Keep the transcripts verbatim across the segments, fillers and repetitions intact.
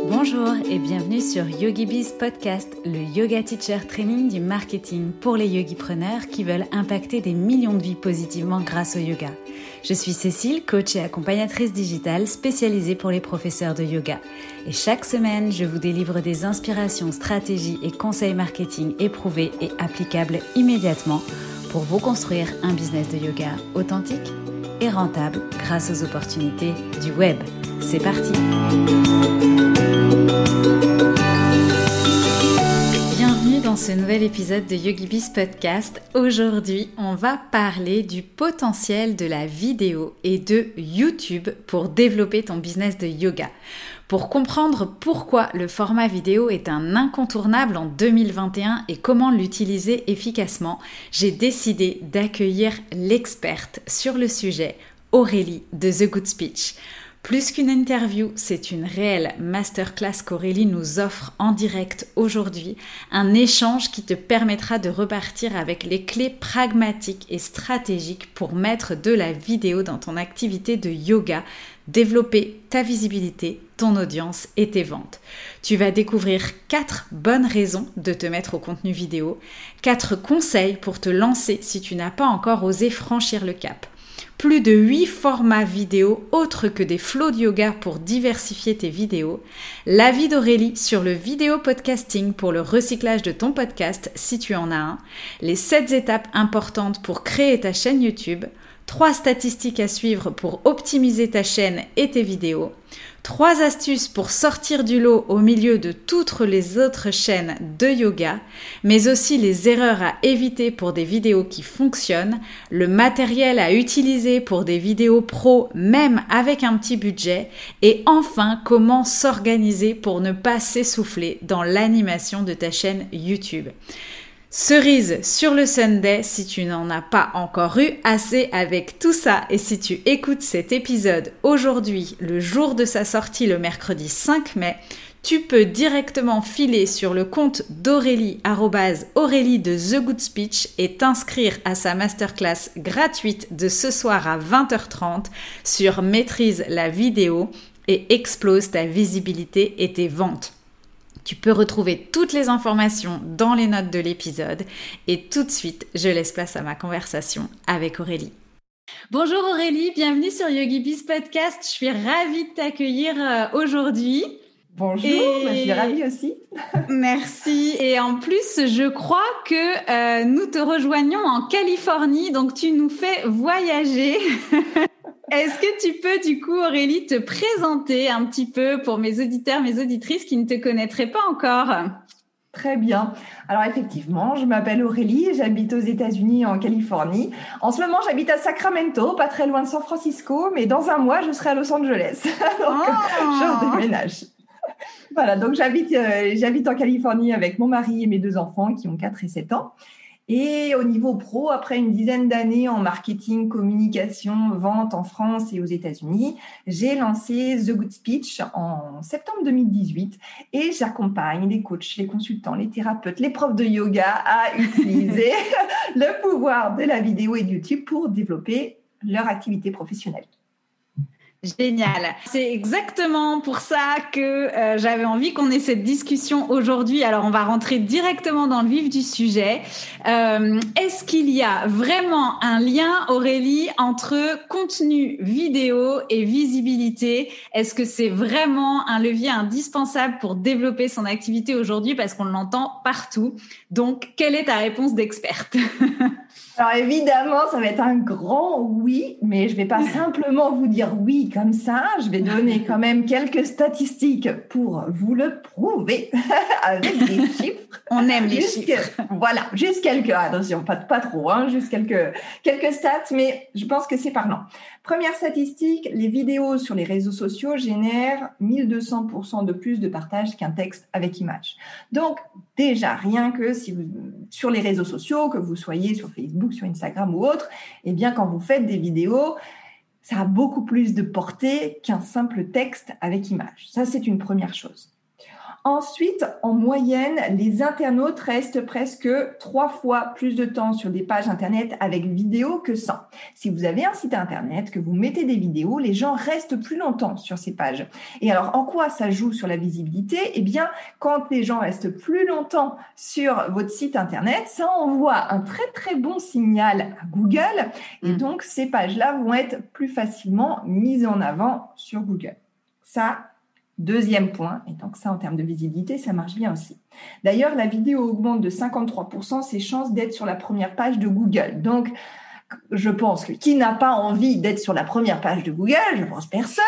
Bonjour et bienvenue sur YogiBiz Podcast, le yoga teacher training du marketing pour les yogipreneurs qui veulent impacter des millions de vies positivement grâce au yoga. Je suis Cécile, coach et accompagnatrice digitale spécialisée pour les professeurs de yoga. Et chaque semaine, je vous délivre des inspirations, stratégies et conseils marketing éprouvés et applicables immédiatement pour vous construire un business de yoga authentique et rentable grâce aux opportunités du web. C'est parti! Bienvenue dans ce nouvel épisode de YogiBiz Podcast. Aujourd'hui, on va parler du potentiel de la vidéo et de YouTube pour développer ton business de yoga. Pour comprendre pourquoi le format vidéo est un incontournable en deux mille vingt et un et comment l'utiliser efficacement, j'ai décidé d'accueillir l'experte sur le sujet, Aurélie de The Good Speech. Plus qu'une interview, c'est une réelle masterclass qu'Aurélie nous offre en direct aujourd'hui, un échange qui te permettra de repartir avec les clés pragmatiques et stratégiques pour mettre de la vidéo dans ton activité de yoga, développer ta visibilité, ton audience et tes ventes. Tu vas découvrir quatre bonnes raisons de te mettre au contenu vidéo, quatre conseils pour te lancer si tu n'as pas encore osé franchir le cap. Plus de huit formats vidéo autres que des flows de yoga pour diversifier tes vidéos, l'avis d'Aurélie sur le vidéo podcasting pour le recyclage de ton podcast si tu en as un, les sept étapes importantes pour créer ta chaîne YouTube, trois statistiques à suivre pour optimiser ta chaîne et tes vidéos, trois astuces pour sortir du lot au milieu de toutes les autres chaînes de yoga, mais aussi les erreurs à éviter pour des vidéos qui fonctionnent, le matériel à utiliser pour des vidéos pro même avec un petit budget, et enfin comment s'organiser pour ne pas s'essouffler dans l'animation de ta chaîne YouTube. Cerise sur le sundae si tu n'en as pas encore eu assez avec tout ça et si tu écoutes cet épisode aujourd'hui, le jour de sa sortie le mercredi cinq mai, tu peux directement filer sur le compte d'Aurélie, arobase Aurélie de The Good Speech et t'inscrire à sa masterclass gratuite de ce soir à vingt heures trente sur Maîtrise la vidéo et explose ta visibilité et tes ventes. Tu peux retrouver toutes les informations dans les notes de l'épisode et tout de suite, je laisse place à ma conversation avec Aurélie. Bonjour Aurélie, bienvenue sur YogiBiz Podcast. Je suis ravie de t'accueillir aujourd'hui. Bonjour, et... je suis ravie aussi. Merci. Et en plus, je crois que euh, nous te rejoignons en Californie, donc tu nous fais voyager. Est-ce que tu peux, du coup, Aurélie, te présenter un petit peu pour mes auditeurs, mes auditrices qui ne te connaîtraient pas encore? Très bien. Alors, effectivement, je m'appelle Aurélie, j'habite aux États-Unis, en Californie. En ce moment, j'habite à Sacramento, pas très loin de San Francisco, mais dans un mois, je serai à Los Angeles. donc, oh je déménage. Voilà, donc j'habite, euh, j'habite en Californie avec mon mari et mes deux enfants qui ont quatre et sept ans. Et au niveau pro, après une dizaine d'années en marketing, communication, vente en France et aux États-Unis, j'ai lancé The Good Speech en septembre deux mille dix-huit et j'accompagne les coachs, les consultants, les thérapeutes, les profs de yoga à utiliser le pouvoir de la vidéo et de YouTube pour développer leur activité professionnelle. Génial. C'est exactement pour ça que euh, j'avais envie qu'on ait cette discussion aujourd'hui. Alors, on va rentrer directement dans le vif du sujet. Euh, est-ce qu'il y a vraiment un lien, Aurélie, entre contenu vidéo et visibilité? Est-ce que c'est vraiment un levier indispensable pour développer son activité aujourd'hui parce qu'on l'entend partout? Donc, quelle est ta réponse d'experte? Alors évidemment, ça va être un grand oui, mais je ne vais pas simplement vous dire oui comme ça. Je vais donner quand même quelques statistiques pour vous le prouver avec des chiffres. On aime les juste, chiffres. Voilà, juste quelques, attention, pas, pas trop, hein, juste quelques, quelques stats, mais je pense que c'est parlant. Première statistique, les vidéos sur les réseaux sociaux génèrent mille deux cents pour cent de plus de partages qu'un texte avec image. Donc déjà, rien que si vous, sur les réseaux sociaux, que vous soyez sur Facebook, sur Instagram ou autre, eh bien quand vous faites des vidéos, ça a beaucoup plus de portée qu'un simple texte avec image. Ça, c'est une première chose. Ensuite, en moyenne, les internautes restent presque trois fois plus de temps sur des pages Internet avec vidéo que sans. Si vous avez un site Internet, que vous mettez des vidéos, les gens restent plus longtemps sur ces pages. Et alors, en quoi ça joue sur la visibilité ? Eh bien, quand les gens restent plus longtemps sur votre site Internet, ça envoie un très très bon signal à Google. Et donc, ces pages-là vont être plus facilement mises en avant sur Google. Ça, deuxième point, et donc ça en termes de visibilité, ça marche bien aussi. D'ailleurs, la vidéo augmente de cinquante-trois pour cent ses chances d'être sur la première page de Google. Donc, je pense que qui n'a pas envie d'être sur la première page de Google ? Je pense personne.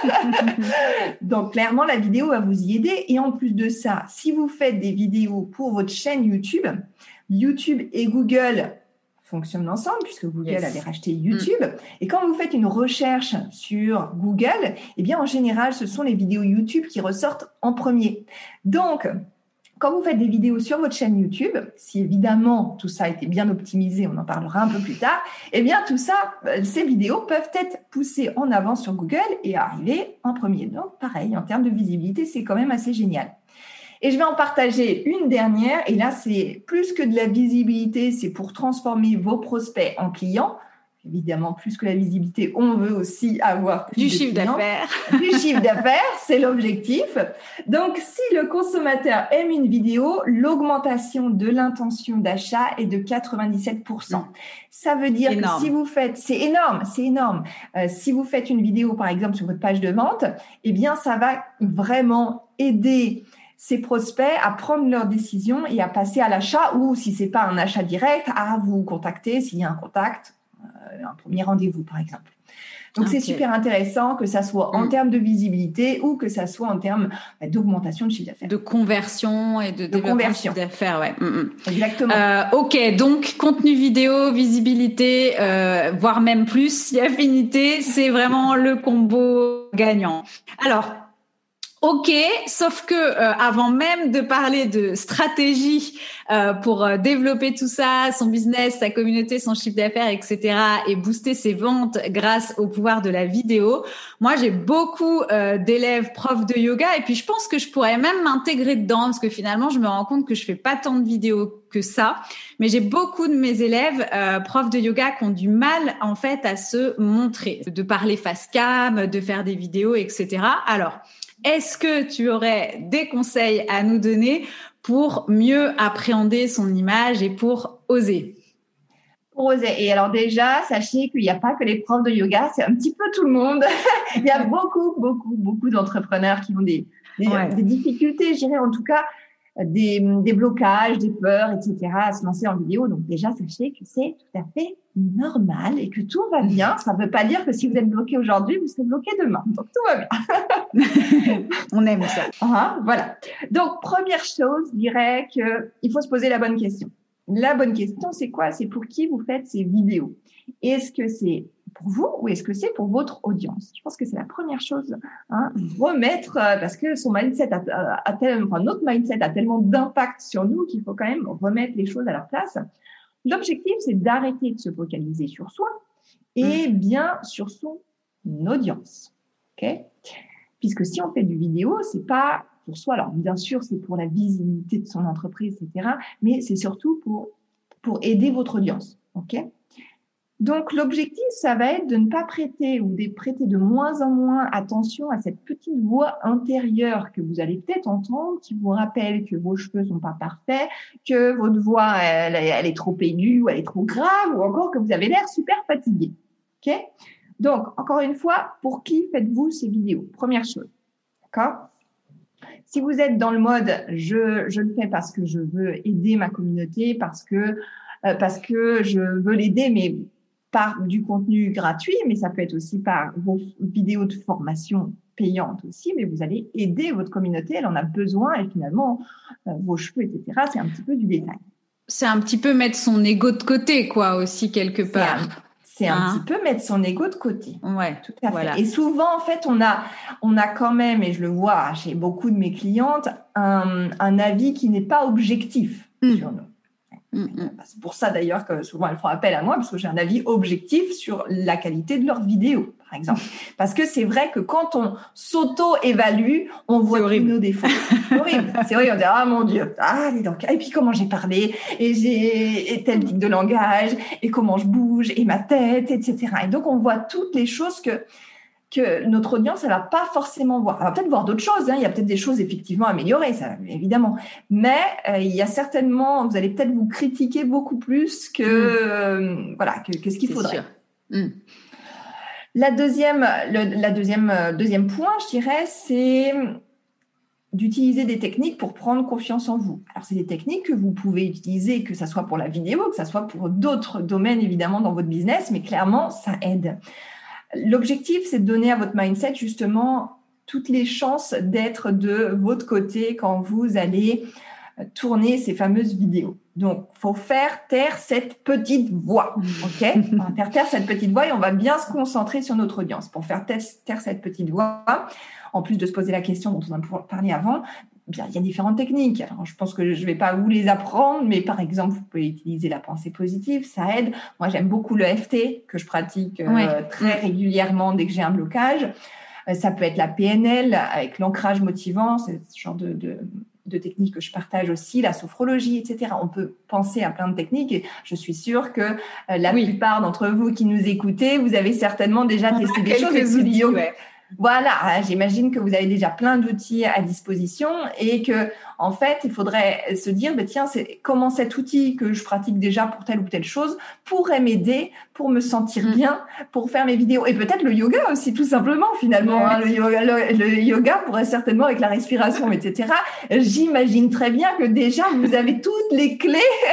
Donc, clairement, la vidéo va vous y aider. Et en plus de ça, si vous faites des vidéos pour votre chaîne YouTube, YouTube et Google fonctionnent ensemble puisque Google yes. avait racheté YouTube. Mm. Et quand vous faites une recherche sur Google, eh bien, en général, ce sont les vidéos YouTube qui ressortent en premier. Donc, quand vous faites des vidéos sur votre chaîne YouTube, si évidemment tout ça a été bien optimisé, on en parlera un peu plus tard, eh bien, tout ça, ces vidéos peuvent être poussées en avant sur Google et arriver en premier. Donc, pareil, en termes de visibilité, c'est quand même assez génial. Et je vais en partager une dernière. Et là, c'est plus que de la visibilité, c'est pour transformer vos prospects en clients. Évidemment, plus que la visibilité, on veut aussi avoir plus du de chiffre clients. d'affaires. Du chiffre d'affaires, c'est l'objectif. Donc, si le consommateur aime une vidéo, l'augmentation de l'intention d'achat est de quatre-vingt-dix-sept pour cent. Ça veut dire énorme. Que si vous faites, c'est énorme, c'est énorme. Euh, si vous faites une vidéo, par exemple, sur votre page de vente, eh bien, ça va vraiment aider ces prospects à prendre leurs décisions et à passer à l'achat ou, si c'est pas un achat direct, à vous contacter s'il y a un contact, euh, un premier rendez-vous, par exemple. Donc, okay. c'est super intéressant que ça soit en mmh. termes de visibilité ou que ça soit en termes bah, d'augmentation de chiffre d'affaires. De conversion et de, de développement de chiffre d'affaires, ouais. Mmh. Exactement. Euh, ok, donc contenu vidéo, visibilité, euh, voire même plus, affinité, c'est vraiment le combo gagnant. Alors, ok, sauf que euh, avant même de parler de stratégie euh, pour euh, développer tout ça, son business, sa communauté, son chiffre d'affaires, et cetera, et booster ses ventes grâce au pouvoir de la vidéo, moi j'ai beaucoup euh, d'élèves profs de yoga et puis je pense que je pourrais même m'intégrer dedans parce que finalement je me rends compte que je fais pas tant de vidéos que ça, mais j'ai beaucoup de mes élèves euh, profs de yoga qui ont du mal en fait à se montrer, de parler face cam, de faire des vidéos, et cetera. Alors est-ce que tu aurais des conseils à nous donner pour mieux appréhender son image et pour oser ? Pour oser. Et alors déjà, sachez qu'il n'y a pas que les profs de yoga, c'est un petit peu tout le monde. Il y a beaucoup, beaucoup, beaucoup d'entrepreneurs qui ont des, des, ouais. des difficultés, je dirais en tout cas, des, des blocages, des peurs, et cetera à se lancer en vidéo. Donc déjà, sachez que c'est tout à fait normal et que tout va bien. Ça ne veut pas dire que si vous êtes bloqué aujourd'hui, vous serez bloqué demain. Donc tout va bien. On aime ça. Ah, voilà. Donc première chose, je dirais qu'il faut se poser la bonne question. La bonne question, c'est quoi ? C'est pour qui vous faites ces vidéos ? Est-ce que c'est pour vous ou est-ce que c'est pour votre audience ? Je pense que c'est la première chose, hein, remettre, euh, parce que son mindset a, a, a tellement, enfin, notre mindset a tellement d'impact sur nous qu'il faut quand même remettre les choses à leur place. L'objectif, c'est d'arrêter de se focaliser sur soi et mmh. bien sur son audience. Ok ? Puisque si on fait du vidéo, c'est pas pour soi. Alors, bien sûr, c'est pour la visibilité de son entreprise, et cetera. Mais c'est surtout pour, pour aider votre audience. OK ? Donc, l'objectif, ça va être de ne pas prêter ou de prêter de moins en moins attention à cette petite voix intérieure que vous allez peut-être entendre, qui vous rappelle que vos cheveux sont pas parfaits, que votre voix, elle, elle est trop aiguë ou elle est trop grave, ou encore que vous avez l'air super fatigué. OK ? Donc, encore une fois, pour qui faites-vous ces vidéos ? Première chose. D'accord ? Si vous êtes dans le mode je je le fais parce que je veux aider ma communauté, parce que euh, parce que je veux l'aider, mais par du contenu gratuit, mais ça peut être aussi par vos vidéos de formation payantes aussi, mais vous allez aider votre communauté, elle en a besoin et finalement euh, vos cheveux, et cetera. C'est un petit peu du détail. C'est un petit peu mettre son ego de côté, quoi, aussi quelque part. C'est un hein? petit peu mettre son ego de côté. Ouais, tout à fait. Voilà. Et souvent, en fait, on a, on a quand même, et je le vois chez beaucoup de mes clientes, un, un avis qui n'est pas objectif mmh. sur nous. Mmh. C'est pour ça d'ailleurs que souvent elles font appel à moi parce que j'ai un avis objectif sur la qualité de leurs vidéos, par par exemple. Parce que c'est vrai que quand on s'auto-évalue, on voit tous nos défauts. C'est horrible. C'est horrible. On dit, ah mon Dieu, ah, dis donc. Et puis comment j'ai parlé, et j'ai et tel tic de langage, et comment je bouge, et ma tête, et cetera. Et donc, on voit toutes les choses que que notre audience, elle va pas forcément voir. Elle va peut-être voir d'autres choses. Hein. Il y a peut-être des choses effectivement à améliorer, ça, évidemment. Mais euh, il y a certainement, vous allez peut-être vous critiquer beaucoup plus que mmh. euh, voilà que, que ce qu'il c'est faudrait. Mmh. La deuxième, le, la deuxième, deuxième point, je dirais, c'est d'utiliser des techniques pour prendre confiance en vous. Alors, c'est des techniques que vous pouvez utiliser, que ça soit pour la vidéo, que ça soit pour d'autres domaines évidemment dans votre business, mais clairement, ça aide. L'objectif, c'est de donner à votre mindset justement toutes les chances d'être de votre côté quand vous allez tourner ces fameuses vidéos. Donc, faut faire taire cette petite voix, ok ? On va faire taire cette petite voix et on va bien se concentrer sur notre audience. Pour faire taire cette petite voix, en plus de se poser la question dont on a parlé avant, bien, il y a différentes techniques. Alors, je pense que je ne vais pas vous les apprendre, mais par exemple, vous pouvez utiliser la pensée positive, ça aide. Moi, j'aime beaucoup le F T que je pratique euh, ouais. très régulièrement dès que j'ai un blocage. Euh, ça peut être la P N L avec l'ancrage motivant, c'est ce genre de, de, de techniques que je partage aussi, la sophrologie, et cetera. On peut penser à plein de techniques et je suis sûre que euh, la oui. plupart d'entre vous qui nous écoutez, vous avez certainement déjà On testé des choses. Et outils, ouais. Voilà, j'imagine que vous avez déjà plein d'outils à disposition et que, en fait, il faudrait se dire, bah, tiens, c'est comment cet outil que je pratique déjà pour telle ou telle chose pourrait m'aider pour me sentir mmh. bien, pour faire mes vidéos. Et peut-être le yoga aussi, tout simplement, finalement. Ouais. Hein, le, yoga, le, le yoga pourrait certainement, avec la respiration, et cetera. J'imagine très bien que déjà, vous avez toutes les clés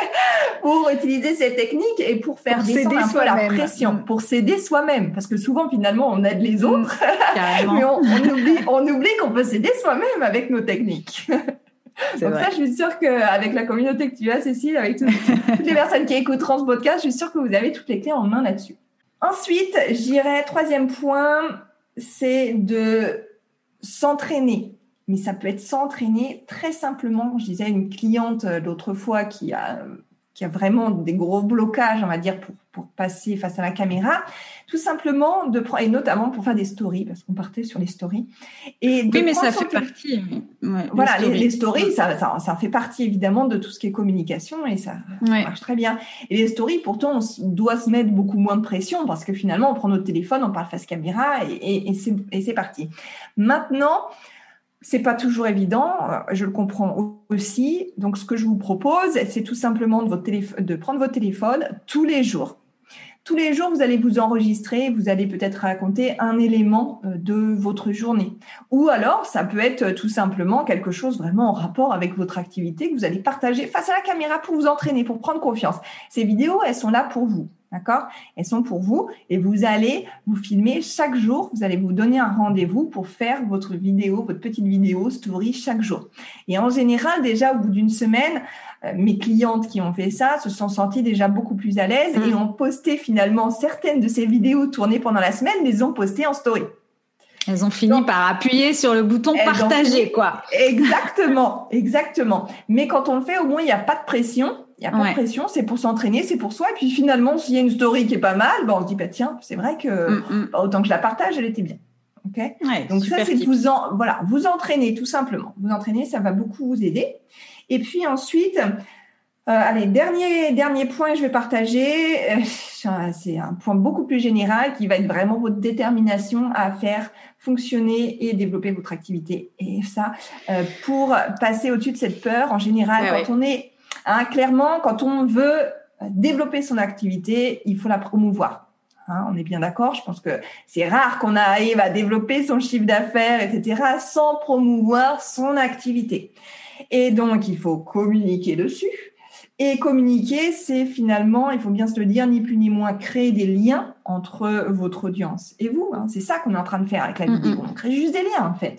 pour utiliser ces techniques et pour faire pour descendre un peu la pression, mmh. pour s'aider soi-même. Parce que souvent, finalement, on aide les autres. Mmh. Mais on, on oublie, on oublie qu'on peut s'aider soi-même avec nos techniques. C'est Donc vrai. Ça, je suis sûre qu'avec la communauté que tu as, Cécile, avec tout, toutes les personnes qui écouteront ce podcast, je suis sûre que vous avez toutes les clés en main là-dessus. Ensuite, j'irai, troisième point, c'est de s'entraîner. Mais ça peut être s'entraîner très simplement. Je disais à une cliente l'autre fois qui a... qui a vraiment des gros blocages, on va dire, pour, pour passer face à la caméra, tout simplement, de prendre, et notamment pour faire des stories, parce qu'on partait sur les stories. Et de oui, mais ça fait tél- partie. Ouais, voilà, les stories, les, les stories ça, ça, ça fait partie évidemment de tout ce qui est communication et ça, ouais. ça marche très bien. Et les stories, pourtant, on doit se mettre beaucoup moins de pression parce que finalement, on prend notre téléphone, on parle face caméra et, et, et, c'est, et c'est parti. Maintenant, c'est pas toujours évident, je le comprends aussi. Donc, ce que je vous propose, c'est tout simplement de, votre téléphone, de prendre votre téléphone tous les jours. Tous les jours, vous allez vous enregistrer, vous allez peut-être raconter un élément de votre journée. Ou alors, ça peut être tout simplement quelque chose vraiment en rapport avec votre activité que vous allez partager face à la caméra pour vous entraîner, pour prendre confiance. Ces vidéos, elles sont là pour vous. D'accord ? Elles sont pour vous et vous allez vous filmer chaque jour. Vous allez vous donner un rendez-vous pour faire votre vidéo, votre petite vidéo story chaque jour. Et en général, déjà au bout d'une semaine, euh, mes clientes qui ont fait ça se sont senties déjà beaucoup plus à l'aise mmh. et ont posté finalement certaines de ces vidéos tournées pendant la semaine, les ont postées en story. Elles ont fini Donc, par appuyer sur le bouton partager, quoi. Exactement, exactement. Mais quand on le fait, au moins, il n'y a pas de pression. Il n'y a pas ouais. de pression, c'est pour s'entraîner, c'est pour soi. Et puis finalement, s'il y a une story qui est pas mal, ben on se dit, bah, tiens, c'est vrai que mm-hmm. bah, autant que je la partage, elle était bien. Okay ouais, Donc ça, c'est de vous, en, voilà, vous entraîner tout simplement. Vous entraîner, ça va beaucoup vous aider. Et puis ensuite, euh, allez, dernier, dernier point que je vais partager, euh, c'est un point beaucoup plus général qui va être vraiment votre détermination à faire fonctionner et développer votre activité. Et ça, euh, pour passer au-dessus de cette peur, en général, ouais, quand ouais. on est... Hein, clairement, quand on veut développer son activité, il faut la promouvoir. Hein, on est bien d'accord. Je pense que c'est rare qu'on arrive à développer son chiffre d'affaires, et cetera, sans promouvoir son activité. Et donc, il faut communiquer dessus. Et communiquer, c'est finalement, il faut bien se le dire, ni plus ni moins créer des liens entre votre audience et vous. Hein, c'est ça qu'on est en train de faire avec la vidéo. Mm-hmm. On crée juste des liens, en fait.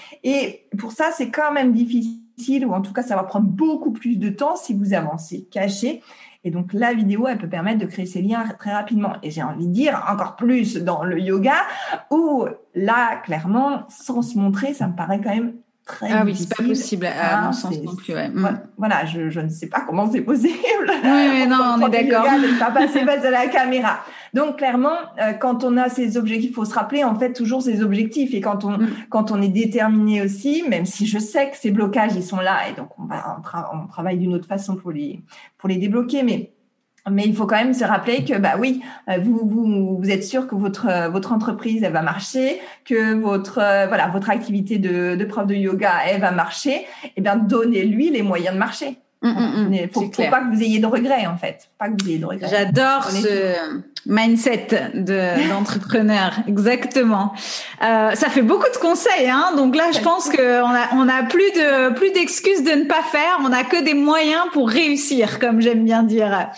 Et pour ça, c'est quand même difficile. Ou en tout cas, ça va prendre beaucoup plus de temps si vous avancez caché. Et donc, la vidéo, elle peut permettre de créer ces liens très rapidement. Et j'ai envie de dire encore plus dans le yoga où là, clairement, sans se montrer, ça me paraît quand même très ah difficile. Oui, c'est pas possible, à hein, mon sens non plus. Ouais. Voilà, je, je ne sais pas comment c'est possible. Oui, mais non, on est d'accord. Ne pas passer face à la caméra. Donc, clairement, euh, quand on a ces objectifs, il faut se rappeler, en fait, toujours ces objectifs. Et quand on, mm. quand on est déterminé aussi, même si je sais que ces blocages, ils sont là, et donc on va, on, tra- on travaille d'une autre façon pour les, pour les débloquer, mais Mais il faut quand même se rappeler que, bah oui, vous, vous, vous êtes sûr que votre, votre entreprise, elle va marcher, que votre, voilà, votre activité de, de prof de yoga, elle va marcher. Eh bien, donnez-lui les moyens de marcher. Il mmh, mmh, faut, faut pas que vous ayez de regrets, en fait. Pas que vous ayez de regrets. J'adore ce mindset de, d'entrepreneur. Exactement. Euh, ça fait beaucoup de conseils, hein. Donc là, je pense qu'on a, on a plus de, plus d'excuses de ne pas faire. On a que des moyens pour réussir, comme j'aime bien dire.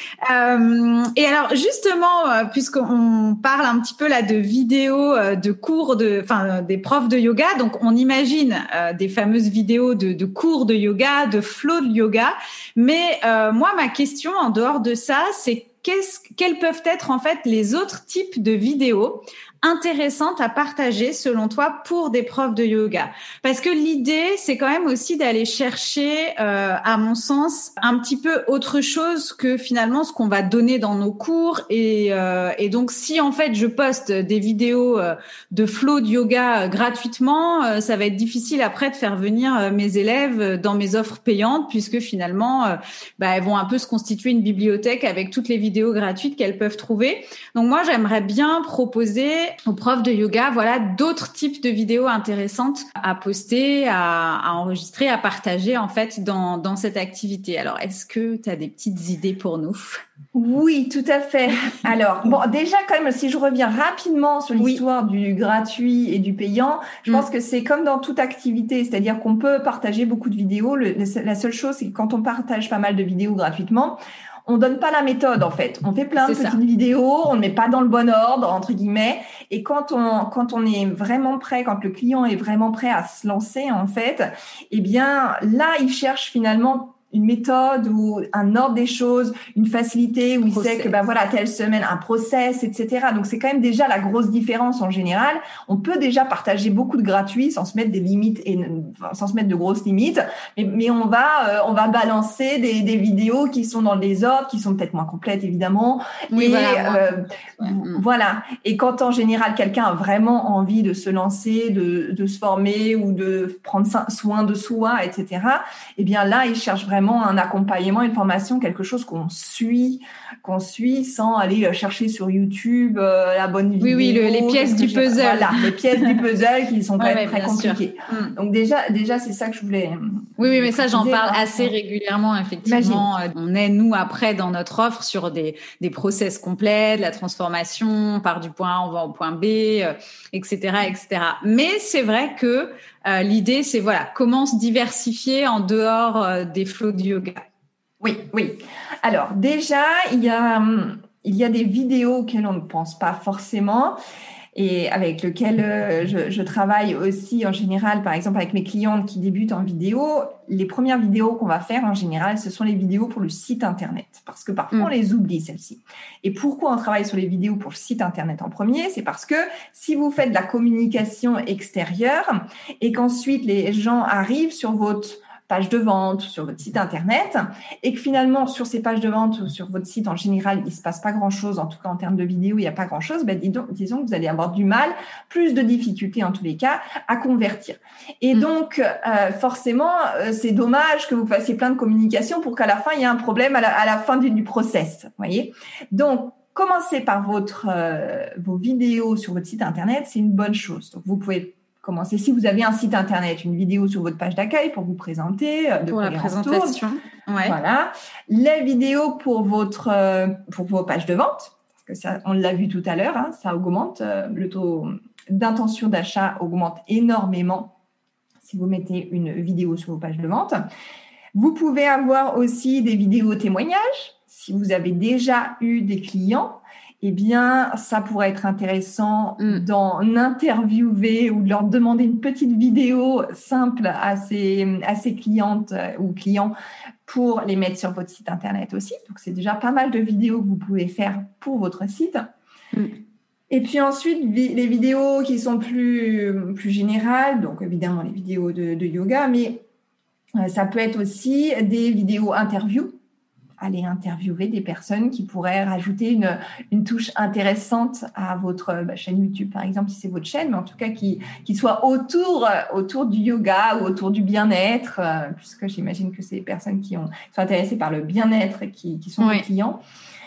Euh, et alors, justement, puisqu'on parle un petit peu là de vidéos, de cours de, enfin, des profs de yoga. Donc, on imagine euh, des fameuses vidéos de, de cours de yoga, de flow de yoga. Mais euh, moi, ma question en dehors de ça, c'est qu'est-ce, quels peuvent être en fait les autres types de vidéos intéressantes à partager selon toi pour des profs de yoga? Parce que l'idée, c'est quand même aussi d'aller chercher, euh, à mon sens, un petit peu autre chose que finalement ce qu'on va donner dans nos cours. Et, euh, et donc, si en fait je poste des vidéos euh, de flow de yoga euh, gratuitement, euh, ça va être difficile après de faire venir euh, mes élèves dans mes offres payantes, puisque finalement, euh, bah, elles vont un peu se constituer une bibliothèque avec toutes les vidéos gratuites qu'elles peuvent trouver. Donc moi, j'aimerais bien proposer aux profs de yoga, voilà, d'autres types de vidéos intéressantes à poster, à, à enregistrer, à partager en fait dans, dans cette activité. Alors, est-ce que tu as des petites idées pour nous? Oui, tout à fait. Alors, bon, déjà, quand même, si je reviens rapidement sur l'histoire oui. du gratuit et du payant, je mmh. pense que c'est comme dans toute activité, c'est-à-dire qu'on peut partager beaucoup de vidéos. Le, la seule chose, c'est que quand on partage pas mal de vidéos gratuitement, on donne pas la méthode, en fait. On fait plein de c'est petites ça. vidéos, on ne met pas dans le bon ordre, entre guillemets. Et quand on, quand on est vraiment prêt, quand le client est vraiment prêt à se lancer, en fait, eh bien, là, il cherche finalement une méthode ou un ordre des choses, une facilité où il process. sait que, ben voilà, telle semaine, un process, et cetera. Donc, c'est quand même déjà la grosse différence en général. On peut déjà partager beaucoup de gratuits sans se mettre des limites et sans se mettre de grosses limites. Mais, mais on va, euh, on va balancer des, des vidéos qui sont dans le désordre, qui sont peut-être moins complètes, évidemment. Oui, et, voilà. Euh, ouais. Voilà. Et quand en général, quelqu'un a vraiment envie de se lancer, de, de se former ou de prendre soin de soi, et cetera, eh bien là, il cherche vraiment un accompagnement, une formation, quelque chose qu'on suit, qu'on suit sans aller chercher sur YouTube euh, la bonne vidéo. Oui, oui, le, les pièces du puzzle. Voilà, les pièces du puzzle qui sont quand ouais, même ouais, très compliquées. Sûr. Donc déjà, déjà, c'est ça que je voulais. Oui, oui, mais ça, j'en parle assez régulièrement, effectivement. Imagine. On est, nous, après, dans notre offre, sur des, des process complets, de la transformation, on part du point A, on va au point B, euh, et cetera, et cetera. Mais c'est vrai que Euh, l'idée, c'est voilà, comment se diversifier en dehors euh, des flows de yoga. Oui, oui. Alors déjà, il y a hum, il y a des vidéos auxquelles on ne pense pas forcément et avec lesquelles euh, je, je travaille aussi en général, par exemple avec mes clientes qui débutent en vidéo. Les premières vidéos qu'on va faire en général, ce sont les vidéos pour le site internet, parce que parfois mmh. on les oublie celles-ci. Et pourquoi on travaille sur les vidéos pour le site internet en premier? C'est parce que si vous faites de la communication extérieure et qu'ensuite les gens arrivent sur votre page de vente, sur votre site internet, et que finalement, sur ces pages de vente ou sur votre site, en général, il se passe pas grand-chose, en tout cas en termes de vidéos, il n'y a pas grand-chose, ben, disons, disons que vous allez avoir du mal, plus de difficultés en tous les cas, à convertir. Et mmh. donc, euh, forcément, euh, c'est dommage que vous fassiez plein de communication pour qu'à la fin, il y ait un problème à la, à la fin du, du process, vous voyez. Donc, commencez par votre, euh, vos vidéos sur votre site internet, c'est une bonne chose. Donc, vous pouvez commencer. Si vous avez un site internet, une vidéo sur votre page d'accueil pour vous présenter, de pour la présentation, ouais. Voilà. Les vidéos pour votre euh, pour vos pages de vente, parce que ça, on l'a vu tout à l'heure, hein, ça augmente euh, le taux d'intention d'achat augmente énormément si vous mettez une vidéo sur vos pages de vente. Vous pouvez avoir aussi des vidéos témoignages. Si vous avez déjà eu des clients, eh bien, ça pourrait être intéressant mmh. d'en interviewer ou de leur demander une petite vidéo simple à ces, à ces clientes ou clients pour les mettre sur votre site internet aussi. Donc, c'est déjà pas mal de vidéos que vous pouvez faire pour votre site. Mmh. Et puis ensuite, vi- les vidéos qui sont plus, plus générales, donc évidemment les vidéos de, de yoga, mais euh, ça peut être aussi des vidéos interviews. Aller interviewer des personnes qui pourraient rajouter une, une touche intéressante à votre bah, chaîne YouTube, par exemple, si c'est votre chaîne, mais en tout cas qui, qui soit autour, autour du yoga ou autour du bien-être, euh, puisque j'imagine que c'est des personnes qui, ont, qui sont intéressées par le bien-être et qui, qui sont Oui. des clients.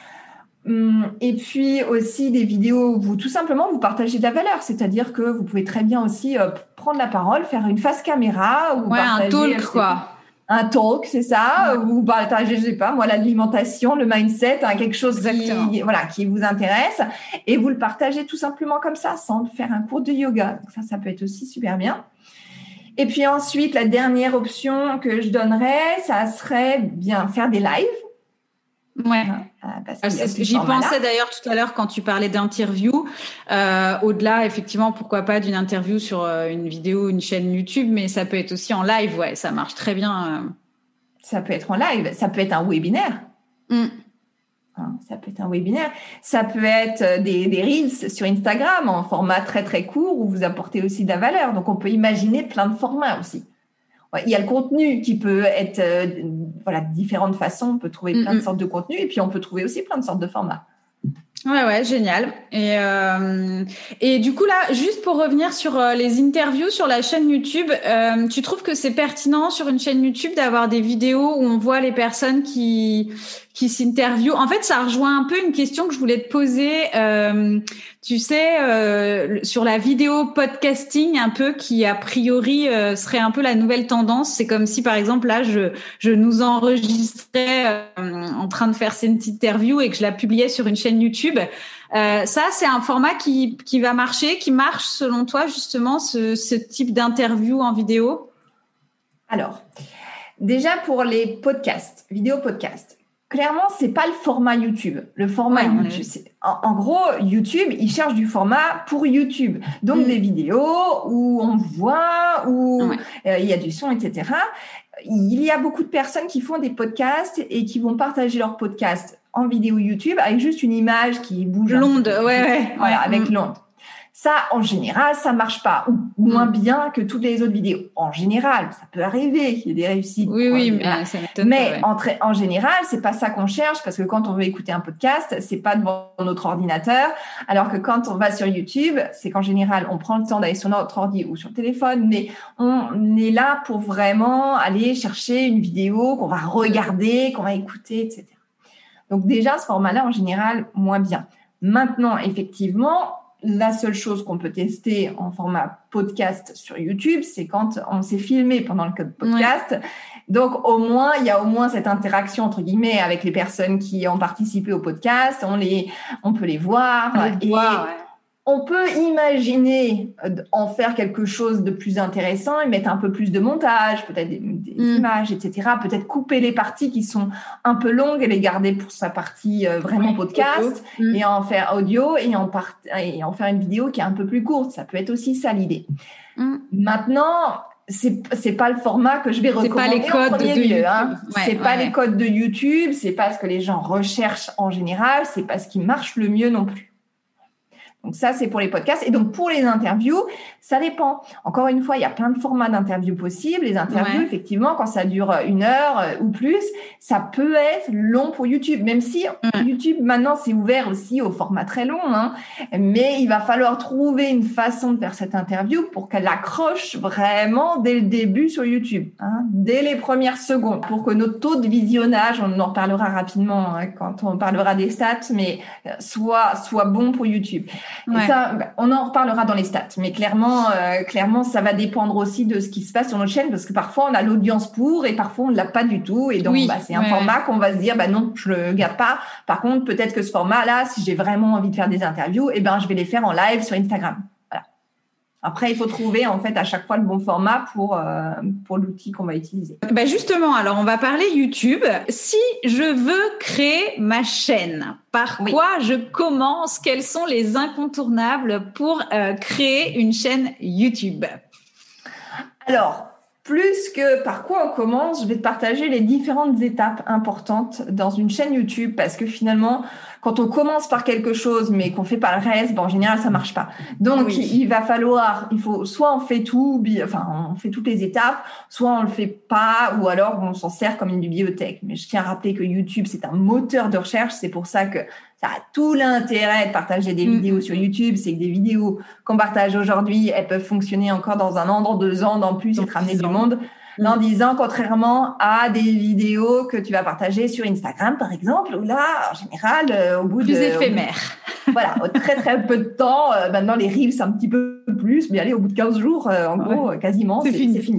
Et puis aussi des vidéos où vous, tout simplement, vous partagez de la valeur. C'est-à-dire que vous pouvez très bien aussi euh, prendre la parole, faire une face caméra. Ou Ouais, un talk, sais, quoi. Un talk, c'est ça. Ouais. Vous partagez, je sais pas, moi, l'alimentation, le mindset, hein, quelque chose qui, voilà, qui vous intéresse. Et vous le partagez tout simplement comme ça, sans faire un cours de yoga. Donc ça, ça peut être aussi super bien. Et puis ensuite, la dernière option que je donnerais, ça serait bien faire des lives. Ouais. J'y pensais d'ailleurs tout à l'heure quand tu parlais d'interview. Euh, au-delà, effectivement, pourquoi pas d'une interview sur euh, une vidéo, une chaîne YouTube, mais ça peut être aussi en live. Ouais, ça marche très bien. Euh. Ça peut être en live, ça peut être un webinaire. Mm. Hein, ça peut être un webinaire. Ça peut être des, des reels sur Instagram en format très très court où vous apportez aussi de la valeur. Donc on peut imaginer plein de formats aussi. Il y a le contenu qui peut être euh, voilà, de différentes façons. On peut trouver plein mm-hmm. de sortes de contenus et puis on peut trouver aussi plein de sortes de formats. Ouais, ouais, génial. Et, euh, et du coup, là, juste pour revenir sur euh, les interviews sur la chaîne YouTube, euh, tu trouves que c'est pertinent sur une chaîne YouTube d'avoir des vidéos où on voit les personnes qui qui s'interviewent? En fait, ça rejoint un peu une question que je voulais te poser. Euh, tu sais, euh, sur la vidéo podcasting, un peu qui a priori euh, serait un peu la nouvelle tendance. C'est comme si, par exemple, là, je je nous enregistrais euh, en train de faire cette interview et que je la publiais sur une chaîne YouTube. Euh, ça, c'est un format qui qui va marcher, qui marche selon toi justement ce ce type d'interview en vidéo? Alors, déjà pour les podcasts, vidéo podcasts. Clairement, c'est pas le format YouTube. Le format ouais, YouTube, c'est, en, en gros, YouTube, il cherche du format pour YouTube. Donc, mmh. des vidéos où on voit, où ouais. euh, il y a du son, et cetera. Il y a beaucoup de personnes qui font des podcasts et qui vont partager leurs podcasts en vidéo YouTube avec juste une image qui bouge. L'onde, ouais, ouais. Voilà, ouais. avec mmh. l'onde. Ça, en général, ça marche pas, ou moins mmh. bien que toutes les autres vidéos. En général, ça peut arriver qu'il y ait des réussites. Oui, oui, dire. mais ça m'étonne Mais pas, ouais. en, tra- en général, c'est pas ça qu'on cherche, parce que quand on veut écouter un podcast, c'est pas devant notre ordinateur, alors que quand on va sur YouTube, c'est qu'en général, on prend le temps d'aller sur notre ordi ou sur le téléphone, mais on est là pour vraiment aller chercher une vidéo qu'on va regarder, qu'on va écouter, et cetera. Donc déjà, ce format-là, en général, moins bien. Maintenant, effectivement, la seule chose qu'on peut tester en format podcast sur YouTube, c'est quand on s'est filmé pendant le podcast. Ouais. Donc, au moins, il y a au moins cette interaction, entre guillemets, avec les personnes qui ont participé au podcast. On les, on peut les voir. On les et voit, ouais. On peut imaginer en faire quelque chose de plus intéressant et mettre un peu plus de montage, peut-être des, des mm. images, et cetera. Peut-être couper les parties qui sont un peu longues et les garder pour sa partie euh, vraiment oui, podcast mm. et en faire audio et en, part- et en faire une vidéo qui est un peu plus courte. Ça peut être aussi ça l'idée. Mm. Maintenant, c'est c'est pas le format que je vais recommander c'est pas les codes en premier de lieu. YouTube. Hein. Ouais, c'est ouais, pas ouais. les codes de YouTube, c'est pas ce que les gens recherchent en général, c'est pas ce qui marche le mieux non plus. Donc ça, c'est pour les podcasts. Et donc, pour les interviews, ça dépend. Encore une fois, il y a plein de formats d'interviews possibles. Les interviews, ouais. effectivement, quand ça dure une heure ou plus, ça peut être long pour YouTube. Même si ouais. YouTube, maintenant, c'est ouvert aussi au format très long. Hein. Mais il va falloir trouver une façon de faire cette interview pour qu'elle accroche vraiment dès le début sur YouTube. Hein, dès les premières secondes. Pour que notre taux de visionnage, on en reparlera rapidement hein, quand on parlera des stats, mais soit, soit bon pour YouTube. Ouais. Et ça, on en reparlera dans les stats, mais clairement, euh, clairement, ça va dépendre aussi de ce qui se passe sur notre chaîne, parce que parfois on a l'audience pour et parfois on ne l'a pas du tout, et donc oui, bah, c'est un ouais. format qu'on va se dire, bah non, je le garde pas. Par contre, peut-être que ce format-là, si j'ai vraiment envie de faire des interviews, eh ben je vais les faire en live sur Instagram. Voilà. Après, il faut trouver en fait à chaque fois le bon format pour euh, pour l'outil qu'on va utiliser. Bah justement, alors on va parler YouTube. Si je veux créer ma chaîne, par oui. quoi je commence? Quels sont les incontournables pour euh, créer une chaîne YouTube? Alors, plus que par quoi on commence, je vais te partager les différentes étapes importantes dans une chaîne YouTube parce que finalement, quand on commence par quelque chose mais qu'on fait pas le reste, bon, en général, ça marche pas. Donc, oui. il va falloir, il faut, soit on fait tout, enfin, on fait toutes les étapes, soit on le fait pas, ou alors on s'en sert comme une bibliothèque. Mais je tiens à rappeler que YouTube, c'est un moteur de recherche. C'est pour ça que ça a tout l'intérêt de partager des mmh. vidéos sur YouTube. C'est que des vidéos qu'on partage aujourd'hui, elles peuvent fonctionner encore dans un an, dans deux ans, dans plus, et te ramener du monde. Mmh. Dans dix ans, contrairement à des vidéos que tu vas partager sur Instagram, par exemple, où là, en général, euh, au bout plus de... Plus éphémère. Voilà, au très, très peu de temps. Euh, maintenant, les reels, c'est un petit peu plus. Mais allez, au bout de quinze jours, euh, en ouais. gros, quasiment, c'est, c'est fini. C'est fini.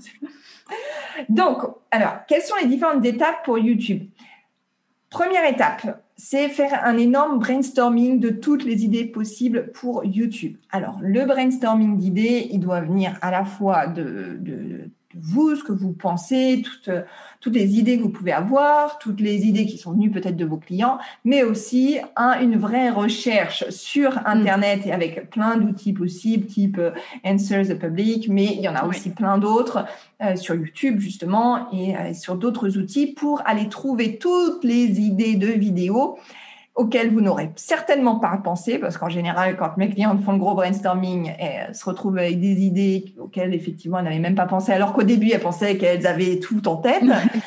Donc, alors, quelles sont les différentes étapes pour YouTube ? Première étape, c'est faire un énorme brainstorming de toutes les idées possibles pour YouTube. Alors, le brainstorming d'idées, il doit venir à la fois de, de, de vous, ce que vous pensez, toutes, toutes les idées que vous pouvez avoir, toutes les idées qui sont venues peut-être de vos clients, mais aussi un, une vraie recherche sur Internet mmh. et avec plein d'outils possibles, type euh, Answer the Public, mais il y en a oui. aussi plein d'autres euh, sur YouTube justement et euh, sur d'autres outils pour aller trouver toutes les idées de vidéos auxquelles vous n'aurez certainement pas pensé, parce qu'en général, quand mes clients font le gros brainstorming, elles se retrouvent avec des idées auxquelles, effectivement, elles n'avaient même pas pensé, alors qu'au début, elles pensaient qu'elles avaient tout en tête,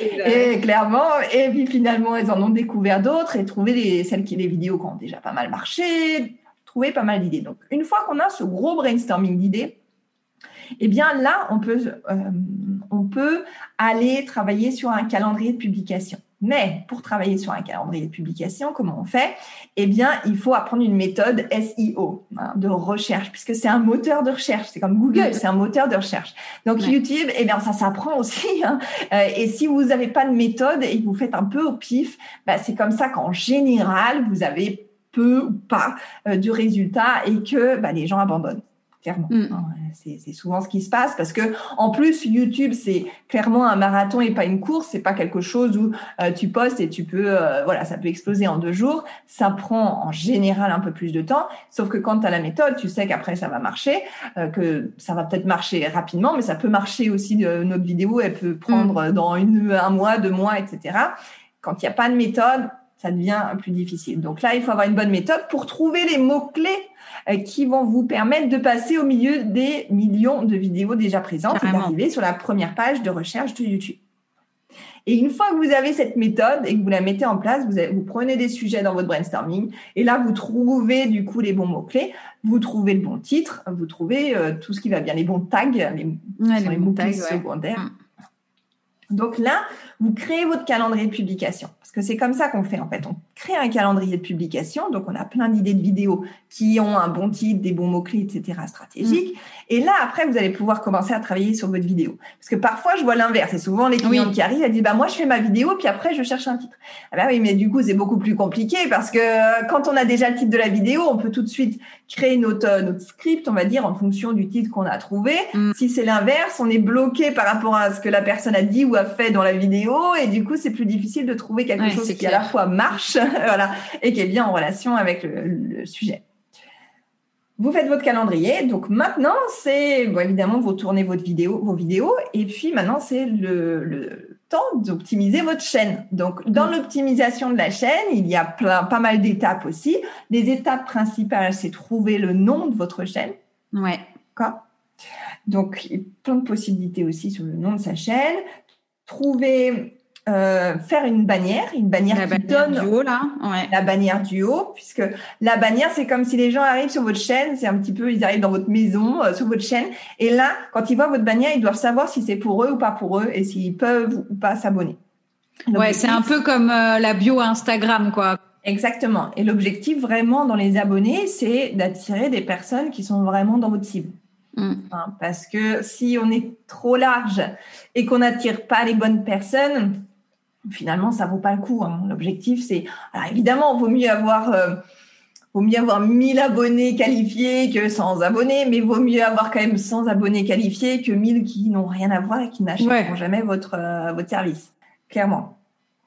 et clairement, et puis finalement, elles en ont découvert d'autres, et trouvé les, celles qui, les vidéos qui ont déjà pas mal marché, trouvé pas mal d'idées. Donc, une fois qu'on a ce gros brainstorming d'idées, eh bien là, on peut, euh, on peut aller travailler sur un calendrier de publication. Mais pour travailler sur un calendrier de publication, comment on fait ? Eh bien, il faut apprendre une méthode S E O, hein, de recherche, puisque c'est un moteur de recherche. C'est comme Google, mmh. c'est un moteur de recherche. Donc, ouais. YouTube, eh bien, ça s'apprend aussi. Hein. Euh, et si vous n'avez pas de méthode et que vous faites un peu au pif, bah, c'est comme ça qu'en général, vous avez peu ou pas euh, de résultats et que bah, les gens abandonnent. Clairement, mmh. c'est, c'est souvent ce qui se passe parce que en plus YouTube c'est clairement un marathon et pas une course. C'est pas quelque chose où euh, tu postes et tu peux, euh, voilà, ça peut exploser en deux jours. Ça prend en général un peu plus de temps. Sauf que quand tu as la méthode, tu sais qu'après ça va marcher, euh, que ça va peut-être marcher rapidement, mais ça peut marcher aussi. De, notre vidéo, elle peut prendre mmh. dans une, un mois, deux mois, et cetera. Quand il n'y a pas de méthode, ça devient plus difficile. Donc là, il faut avoir une bonne méthode pour trouver les mots-clés euh, qui vont vous permettre de passer au milieu des millions de vidéos déjà présentes Carrément. Et d'arriver sur la première page de recherche de YouTube. Et une fois que vous avez cette méthode et que vous la mettez en place, vous, avez, vous prenez des sujets dans votre brainstorming et là, vous trouvez du coup les bons mots-clés, vous trouvez le bon titre, vous trouvez euh, tout ce qui va bien, les bons tags, les, ouais, les, les bons mots-clés tags, secondaires. Ouais. Donc là, vous créez votre calendrier de publication. Parce que c'est comme ça qu'on fait, en fait. On crée un calendrier de publication. Donc, on a plein d'idées de vidéos qui ont un bon titre, des bons mots-clés, et cetera stratégiques. Mmh. Et là, après, vous allez pouvoir commencer à travailler sur votre vidéo. Parce que parfois, je vois l'inverse. Et souvent, les clients oui. qui arrivent, elles disent, bah, moi, je fais ma vidéo, puis après, je cherche un titre. Ah bah oui, mais du coup, c'est beaucoup plus compliqué parce que quand on a déjà le titre de la vidéo, on peut tout de suite créer notre, notre script, on va dire, en fonction du titre qu'on a trouvé. Mmh. Si c'est l'inverse, on est bloqué par rapport à ce que la personne a dit ou a fait dans la vidéo. Et du coup, c'est plus difficile de trouver quelque ouais, chose qui clair. à la fois marche, voilà, et qui est bien en relation avec le, le sujet. Vous faites votre calendrier. Donc maintenant, c'est bon, évidemment vous tournez votre vidéo, vos vidéos, et puis maintenant c'est le, le temps d'optimiser votre chaîne. Donc dans mmh. l'optimisation de la chaîne, il y a plein, pas mal d'étapes aussi. Les étapes principales, c'est trouver le nom de votre chaîne. Ouais. D'accord. Donc il y a plein de possibilités aussi sur le nom de sa chaîne. Trouver Euh, faire une bannière, une bannière la qui bannière donne du haut, là. Ouais. la bannière du haut, puisque la bannière, c'est comme si les gens arrivent sur votre chaîne, c'est un petit peu, ils arrivent dans votre maison, euh, sur votre chaîne, et là, quand ils voient votre bannière, ils doivent savoir si c'est pour eux ou pas pour eux, et s'ils peuvent ou pas s'abonner. Ouais, c'est un peu comme euh, la bio Instagram, quoi. Exactement. Et l'objectif, vraiment, dans les abonnés, c'est d'attirer des personnes qui sont vraiment dans votre cible. Mm. Hein, parce que si on est trop large et qu'on n'attire pas les bonnes personnes, finalement, ça vaut pas le coup. Hein. L'objectif, c'est... Alors, évidemment, il vaut mieux avoir... Euh, vaut mieux avoir mille abonnés qualifiés que cent abonnés, mais vaut mieux avoir quand même cent abonnés qualifiés que mille qui n'ont rien à voir et qui n'achèteront ouais. jamais votre, euh, votre service. Clairement.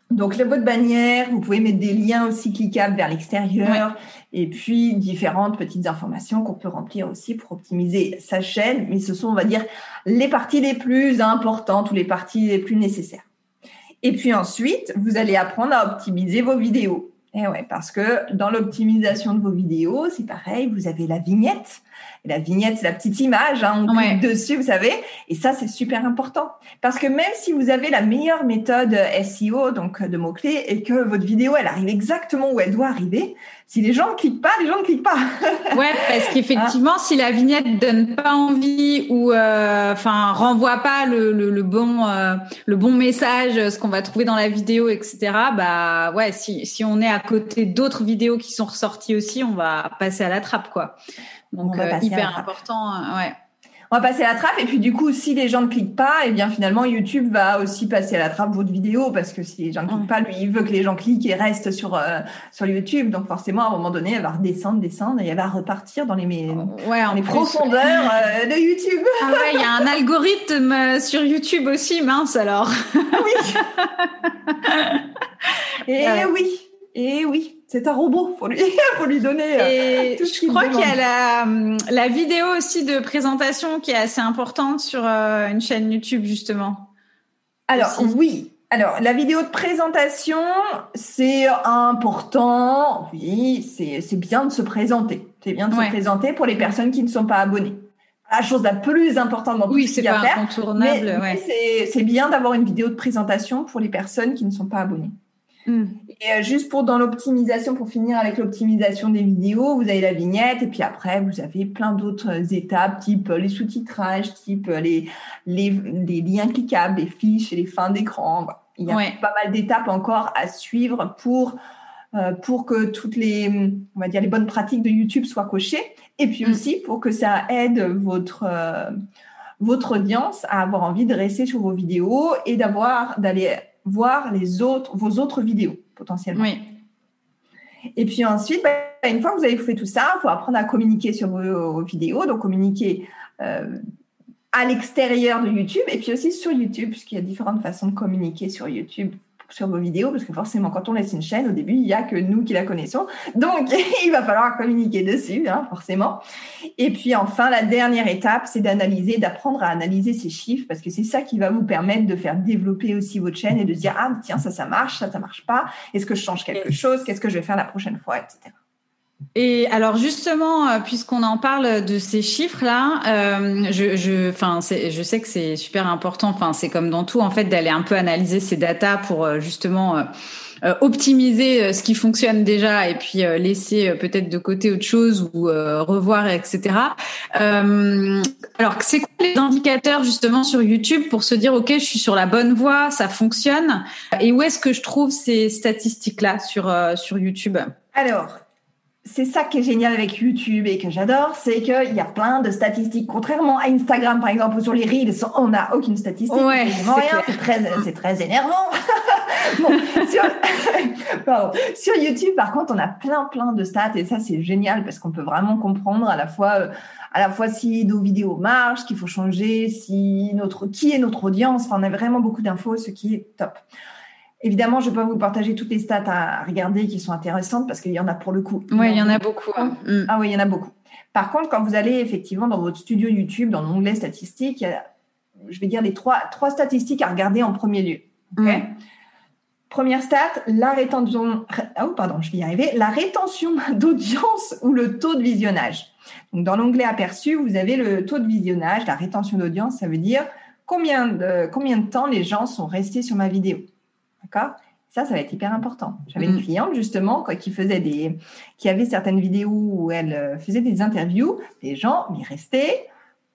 Donc, la votre bannière, vous pouvez mettre des liens aussi cliquables vers l'extérieur ouais. et puis différentes petites informations qu'on peut remplir aussi pour optimiser sa chaîne. Mais ce sont, on va dire, les parties les plus importantes ou les parties les plus nécessaires. Et puis ensuite, vous allez apprendre à optimiser vos vidéos. Et ouais, parce que dans l'optimisation de vos vidéos, c'est pareil, vous avez la vignette. Et la vignette, c'est la petite image, hein, on clique ouais. dessus, vous savez. Et ça, c'est super important. Parce que même si vous avez la meilleure méthode S E O, donc de mots-clés, et que votre vidéo, elle arrive exactement où elle doit arriver, si les gens ne cliquent pas, les gens ne cliquent pas. Ouais, parce qu'effectivement, hein? si la vignette donne pas envie ou euh, enfin renvoie pas le, le, le bon euh, le bon message, ce qu'on va trouver dans la vidéo, et cetera. Bah ouais, si si on est à côté d'autres vidéos qui sont ressorties aussi, on va passer à la trappe, quoi. Donc euh, hyper important, euh, ouais. On va passer à la trappe et puis du coup, si les gens ne cliquent pas, eh bien finalement YouTube va aussi passer à la trappe votre vidéo parce que si les gens ne cliquent pas, lui il veut que les gens cliquent et restent sur euh, sur YouTube. Donc forcément, à un moment donné, elle va redescendre, descendre et elle va repartir dans les ouais, dans les plus, profondeurs euh, de YouTube. Ah ouais, il y a un algorithme sur YouTube aussi, mince alors. Oui. Et ouais. oui. Et oui, c'est un robot, faut lui, faut lui donner et tout ce je qu'il crois demande. qu'il y a la, la vidéo aussi de présentation qui est assez importante sur euh, une chaîne YouTube, justement. Alors, aussi. oui. Alors, la vidéo de présentation, c'est important. Oui, c'est, c'est bien de se présenter. C'est bien de ouais. se présenter pour les personnes qui ne sont pas abonnées. La chose la plus importante dans tout oui, ce qu'il y a à faire. Oui, c'est pas incontournable. Mais, ouais. mais c'est, c'est bien d'avoir une vidéo de présentation pour les personnes qui ne sont pas abonnées. Mm. Et euh, juste pour dans l'optimisation, pour finir avec l'optimisation des vidéos, vous avez la vignette et puis après vous avez plein d'autres étapes, type les sous-titrages, type les les, les liens cliquables, les fiches et les fins d'écran. Il y a ouais. pas mal d'étapes encore à suivre pour euh, pour que toutes les on va dire les bonnes pratiques de YouTube soient cochées et puis mm. aussi pour que ça aide votre euh, votre audience à avoir envie de rester sur vos vidéos et d'avoir d'aller voir les autres, vos autres vidéos, potentiellement. Oui. Et puis ensuite, bah, une fois que vous avez fait tout ça, il faut apprendre à communiquer sur vos, vos vidéos, donc communiquer euh, à l'extérieur de YouTube et puis aussi sur YouTube, puisqu'il y a différentes façons de communiquer sur YouTube, sur vos vidéos, parce que forcément, quand on laisse une chaîne, au début, il n'y a que nous qui la connaissons. Donc, il va falloir communiquer dessus, hein, forcément. Et puis, enfin, la dernière étape, c'est d'analyser, d'apprendre à analyser ces chiffres, parce que c'est ça qui va vous permettre de faire développer aussi votre chaîne et de se dire, ah, tiens, ça, ça marche, ça, ça marche pas. Est-ce que je change quelque chose? Qu'est-ce que je vais faire la prochaine fois, et cetera. Et alors justement, puisqu'on en parle de ces chiffres-là, euh, je, je, enfin, c'est, je sais que c'est super important. Enfin, c'est comme dans tout en fait d'aller un peu analyser ces datas pour justement euh, euh, optimiser ce qui fonctionne déjà et puis euh, laisser euh, peut-être de côté autre chose ou euh, revoir, et cetera. Euh, alors, c'est quoi les indicateurs justement sur YouTube pour se dire ok, je suis sur la bonne voie, ça fonctionne. Et où est-ce que je trouve ces statistiques-là sur euh, sur YouTube? Alors. C'est ça qui est génial avec YouTube et que j'adore, c'est qu'il y a plein de statistiques. Contrairement à Instagram, par exemple, ou sur les Reels, on n'a aucune statistique. Ouais, c'est, rien. c'est très, c'est très énervant. bon, sur... Pardon. Sur YouTube, par contre, on a plein, plein de stats et ça, c'est génial parce qu'on peut vraiment comprendre à la fois, à la fois si nos vidéos marchent, ce qu'il faut changer, si notre, qui est notre audience. Enfin, on a vraiment beaucoup d'infos, ce qui est top. Évidemment, je ne vais pas vous partager toutes les stats à regarder qui sont intéressantes parce qu'il y en a pour le coup. Oui, il y en a beaucoup. Hein. Ah oui, il y en a beaucoup. Par contre, quand vous allez effectivement dans votre studio YouTube, dans l'onglet statistiques, il y a, je vais dire les trois, trois statistiques à regarder en premier lieu. Okay. Mm. Première stat, la rétention, oh, pardon, je vais y arriver, la rétention d'audience ou le taux de visionnage. Donc, dans l'onglet aperçu, vous avez le taux de visionnage, la rétention d'audience, ça veut dire combien de, combien de temps les gens sont restés sur ma vidéo. D'accord? Ça, ça va être hyper important. J'avais mmh. une cliente, justement, quoi, qui faisait des, qui avait certaines vidéos où elle faisait des interviews. Les gens y restaient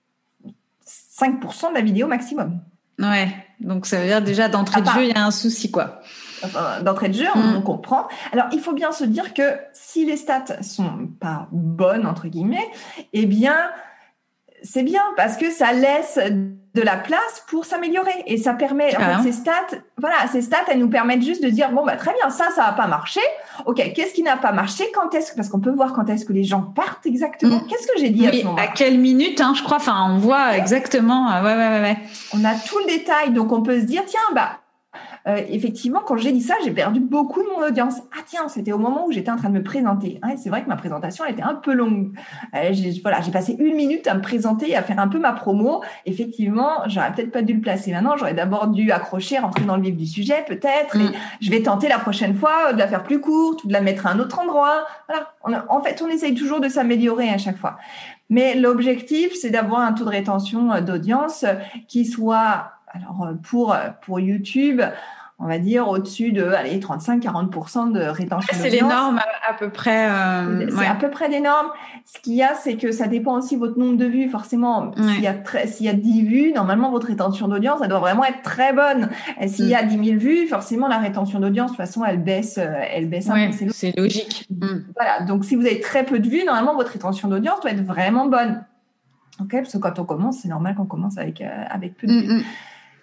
cinq pour cent de la vidéo maximum. Ouais. Donc, ça veut dire déjà d'entrée ah, de jeu, il y a un souci, quoi. Enfin, d'entrée de jeu, mmh. on, on comprend. Alors, il faut bien se dire que si les stats sont pas bonnes, entre guillemets, eh bien, c'est bien parce que ça laisse de la place pour s'améliorer et ça permet, en ah. fait, ces stats, voilà, ces stats, elles nous permettent juste de dire, bon, bah, très bien, ça, ça n'a pas marché. OK, qu'est-ce qui n'a pas marché? Quand est-ce que, parce qu'on peut voir quand est-ce que les gens partent exactement. Mmh. Qu'est-ce que j'ai dit oui, à ce moment-là? À quelle minute, hein, je crois, enfin, on voit exactement, ouais, ouais, ouais, ouais. On a tout le détail, donc on peut se dire, tiens, bah, euh, effectivement, quand j'ai dit ça, j'ai perdu beaucoup de mon audience. Ah tiens, c'était au moment où j'étais en train de me présenter. Ah, c'est vrai que ma présentation, elle était un peu longue. Euh, j'ai, voilà, j'ai passé une minute à me présenter et à faire un peu ma promo. Effectivement, j'aurais peut-être pas dû le placer maintenant. J'aurais d'abord dû accrocher, rentrer dans le vif du sujet, peut-être. Et je vais tenter la prochaine fois de la faire plus courte ou de la mettre à un autre endroit. Voilà. On, en fait, on essaye toujours de s'améliorer à chaque fois. Mais l'objectif, c'est d'avoir un taux de rétention d'audience qui soit, alors pour pour YouTube, on va dire au-dessus de, allez, trente-cinq à quarante pour cent de rétention c'est d'audience. C'est les normes à peu près. Euh, c'est ouais. à peu près des normes. Ce qu'il y a, c'est que ça dépend aussi de votre nombre de vues. Forcément, ouais. s'il y a très, s'il y a dix vues, normalement, votre rétention d'audience, elle doit vraiment être très bonne. Et s'il mm. y a dix mille vues, forcément, la rétention d'audience, de toute façon, elle baisse, elle baisse un ouais, peu. C'est, c'est logique. Mm. Voilà. Donc, si vous avez très peu de vues, normalement, votre rétention d'audience doit être vraiment bonne. Ok, parce que quand on commence, c'est normal qu'on commence avec euh, avec peu de vues. Mm-hmm.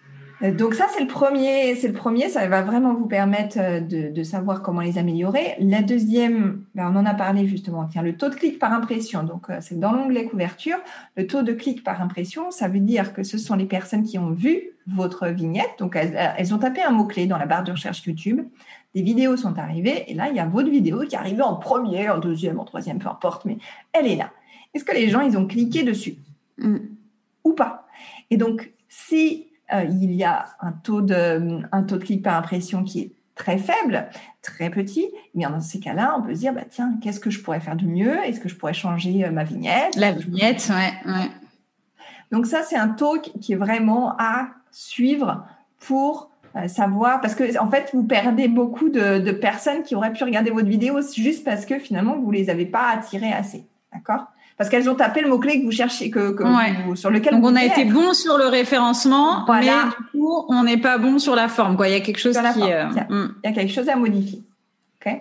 Donc ça, c'est le premier, c'est le premier, ça va vraiment vous permettre de, de savoir comment les améliorer. La deuxième, ben on en a parlé justement, tiens, le taux de clic par impression. Donc c'est dans l'onglet couverture, le taux de clic par impression, ça veut dire que ce sont les personnes qui ont vu votre vignette. Donc elles, elles ont tapé un mot-clé dans la barre de recherche YouTube. Des vidéos sont arrivées et là, il y a votre vidéo qui est arrivée en premier, en deuxième, en troisième, peu importe, mais elle est là. Est-ce que les gens, ils ont cliqué dessus mm. ou pas? Et donc, si Euh, il y a un taux de un taux de clic par impression qui est très faible, très petit, eh bien dans ces cas-là, on peut se dire bah tiens, qu'est-ce que je pourrais faire de mieux? Est-ce que je pourrais changer euh, ma vignette? La vignette, ouais, ouais. Donc ça, c'est un taux qui est vraiment à suivre pour euh, savoir, parce que en fait, vous perdez beaucoup de, de personnes qui auraient pu regarder votre vidéo juste parce que finalement, vous les avez pas attirées assez, d'accord? Parce qu'elles ont tapé le mot-clé que vous cherchez, que, que ouais. vous, sur lequel Donc vous on a été être. bon sur le référencement, voilà. mais du coup, on n'est pas bon sur la forme, quoi. Il y a quelque chose sur la qui... forme. Euh, il, y a, mm. il y a quelque chose à modifier. OK?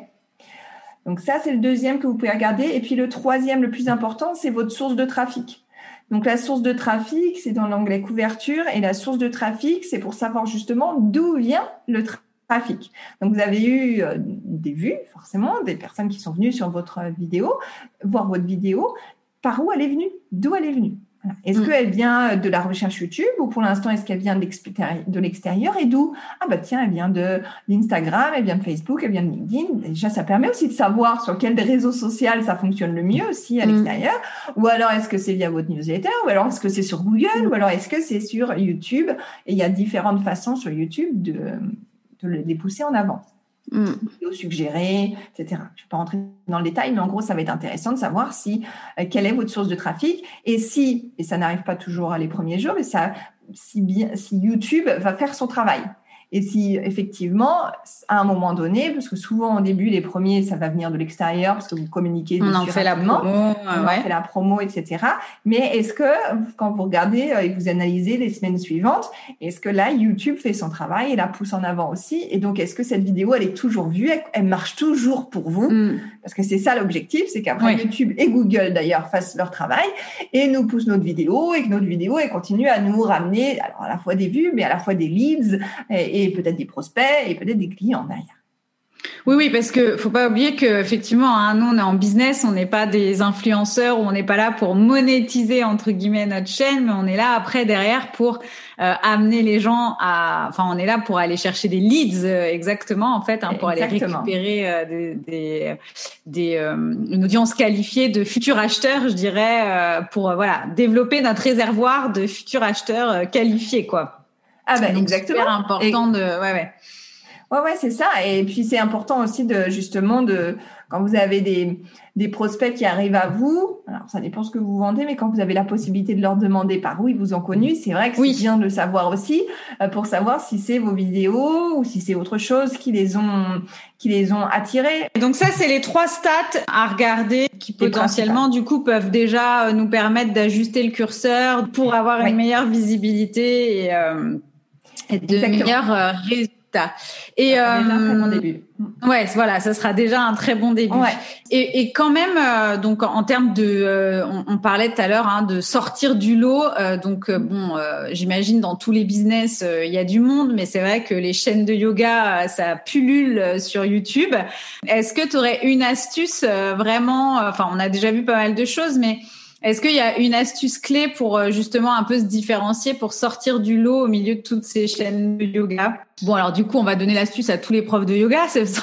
Donc ça, c'est le deuxième que vous pouvez regarder. Et puis le troisième, le plus important, c'est votre source de trafic. Donc la source de trafic, c'est dans l'onglet couverture. Et la source de trafic, c'est pour savoir justement d'où vient le trafic. Trafic. Donc, vous avez eu euh, des vues, forcément, des personnes qui sont venues sur votre vidéo, voir votre vidéo. Par où elle est venue? D'où elle est venue? Voilà. Est-ce mmh. qu'elle vient de la recherche YouTube ou pour l'instant, est-ce qu'elle vient de l'extérieur, de l'extérieur et d'où? Ah bah tiens, elle vient de l'Instagram, elle vient de Facebook, elle vient de LinkedIn. Déjà, ça permet aussi de savoir sur quel réseau social ça fonctionne le mieux aussi à mmh. l'extérieur. Ou alors, est-ce que c'est via votre newsletter? Ou alors, est-ce que c'est sur Google? Mmh. Ou alors, est-ce que c'est sur YouTube? Et il y a différentes façons sur YouTube de... de les pousser en avant, mm. vidéos suggérées, et cetera. Je ne vais pas rentrer dans le détail, mais en gros, ça va être intéressant de savoir si euh, quelle est votre source de trafic et si, et ça n'arrive pas toujours les premiers jours, mais ça, si bien, si YouTube va faire son travail. Et si effectivement, à un moment donné, parce que souvent au début, les premiers, ça va venir de l'extérieur parce que vous communiquez on dessus en fait rapidement, la promo, on ouais. en fait la promo, et cetera. Mais est-ce que quand vous regardez et que vous analysez les semaines suivantes, est-ce que là YouTube fait son travail et la pousse en avant aussi? Et donc est-ce que cette vidéo, elle est toujours vue, elle, elle marche toujours pour vous? Mm. Parce que c'est ça l'objectif, c'est qu'après oui. YouTube et Google d'ailleurs fassent leur travail et nous poussent notre vidéo et que notre vidéo elle continue à nous ramener alors à la fois des vues, mais à la fois des leads et, et peut-être des prospects et peut-être des clients derrière. Oui, oui, parce que faut pas oublier que effectivement, hein, nous on est en business, on n'est pas des influenceurs, on n'est pas là pour monétiser entre guillemets notre chaîne, mais on est là après derrière pour euh, amener les gens à, enfin on est là pour aller chercher des leads euh, exactement en fait, hein, pour exactement. aller récupérer euh, des, des, des euh, une audience qualifiée de futurs acheteurs, je dirais, euh, pour euh, voilà développer notre réservoir de futurs acheteurs euh, qualifiés quoi. Ah ben Donc, exactement. Super important de, ouais ouais. Ouais, ouais, c'est ça. Et puis, c'est important aussi de, justement, de, quand vous avez des, des prospects qui arrivent à vous, alors ça dépend ce que vous vendez, mais quand vous avez la possibilité de leur demander par où ils vous ont connu, c'est vrai que oui. c'est bien de le savoir aussi, euh, pour savoir si c'est vos vidéos ou si c'est autre chose qui les ont, qui les ont attirés. Donc ça, c'est les trois stats à regarder qui potentiellement, du coup, peuvent déjà nous permettre d'ajuster le curseur pour avoir oui. une meilleure visibilité et, euh, et de Exactement. meilleurs euh, résultats. Et ça sera déjà un très bon début. Ouais, voilà, ça sera déjà un très bon début. Ouais. Et, et quand même, euh, donc en, en termes de, euh, on, on parlait tout à l'heure hein, de sortir du lot. Euh, donc euh, bon, euh, j'imagine dans tous les business, il euh, y a du monde, mais c'est vrai que les chaînes de yoga, ça pullule sur YouTube. Est-ce que tu aurais une astuce euh, vraiment, enfin, on a déjà vu pas mal de choses, mais Est-ce qu'il y a une astuce clé pour justement un peu se différencier, pour sortir du lot au milieu de toutes ces chaînes de yoga? Bon, alors du coup, on va donner l'astuce à tous les profs de yoga, c'est ça.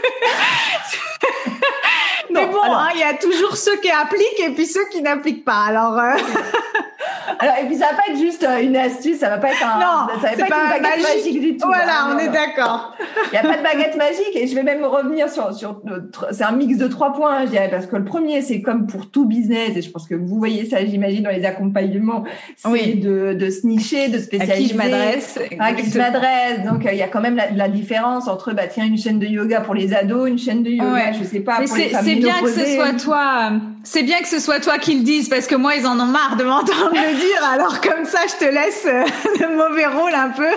Mais bon, alors... hein, il y a toujours ceux qui appliquent et puis ceux qui n'appliquent pas. Alors, euh... alors et puis ça va pas être juste une astuce, ça va pas être un, non, ça va pas être pas une baguette magique. magique du tout. Voilà, hein, on non, est non. d'accord. Il y a pas de baguette magique et je vais même revenir sur sur c'est un mix de trois points, hein, je dirais, parce que le premier c'est comme pour tout business et je pense que vous voyez ça, j'imagine dans les accompagnements, c'est oui. de de se nicher, de spécialiser. À qui je m'adresse À qui je m'adresse. Donc il y a quand même la, la différence entre bah tiens une chaîne de yoga pour les ados, une chaîne de yoga, ouais. je sais pas Mais pour c'est, les familles c'est bien opposées. que ce soit toi. C'est bien que ce soit toi qui le dise parce que moi ils en ont marre de m'entendre le dire. Alors comme ça je te laisse le mauvais rôle un peu.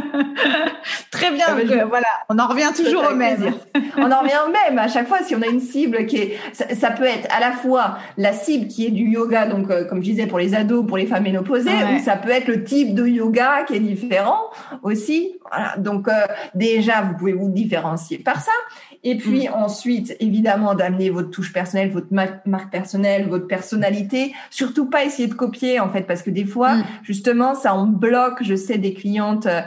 Très bien. Ah, donc, je... Voilà, on en revient toujours au même. Plaisir. On en revient au même à chaque fois. Si on a une cible qui est, ça, ça peut être à la fois la cible qui est du yoga, donc euh, comme je disais pour les ados, pour les femmes ménopausées, ouais. ou ça peut être le type de yoga qui est différent aussi. Voilà. Donc euh, déjà vous pouvez vous différencier par ça. Et puis mmh. ensuite, évidemment, d'amener votre touche personnelle, votre marque personnelle, votre personnalité. Surtout pas essayer de copier, en fait, parce que des fois, mmh. justement, ça en bloque. Je sais des clientes euh,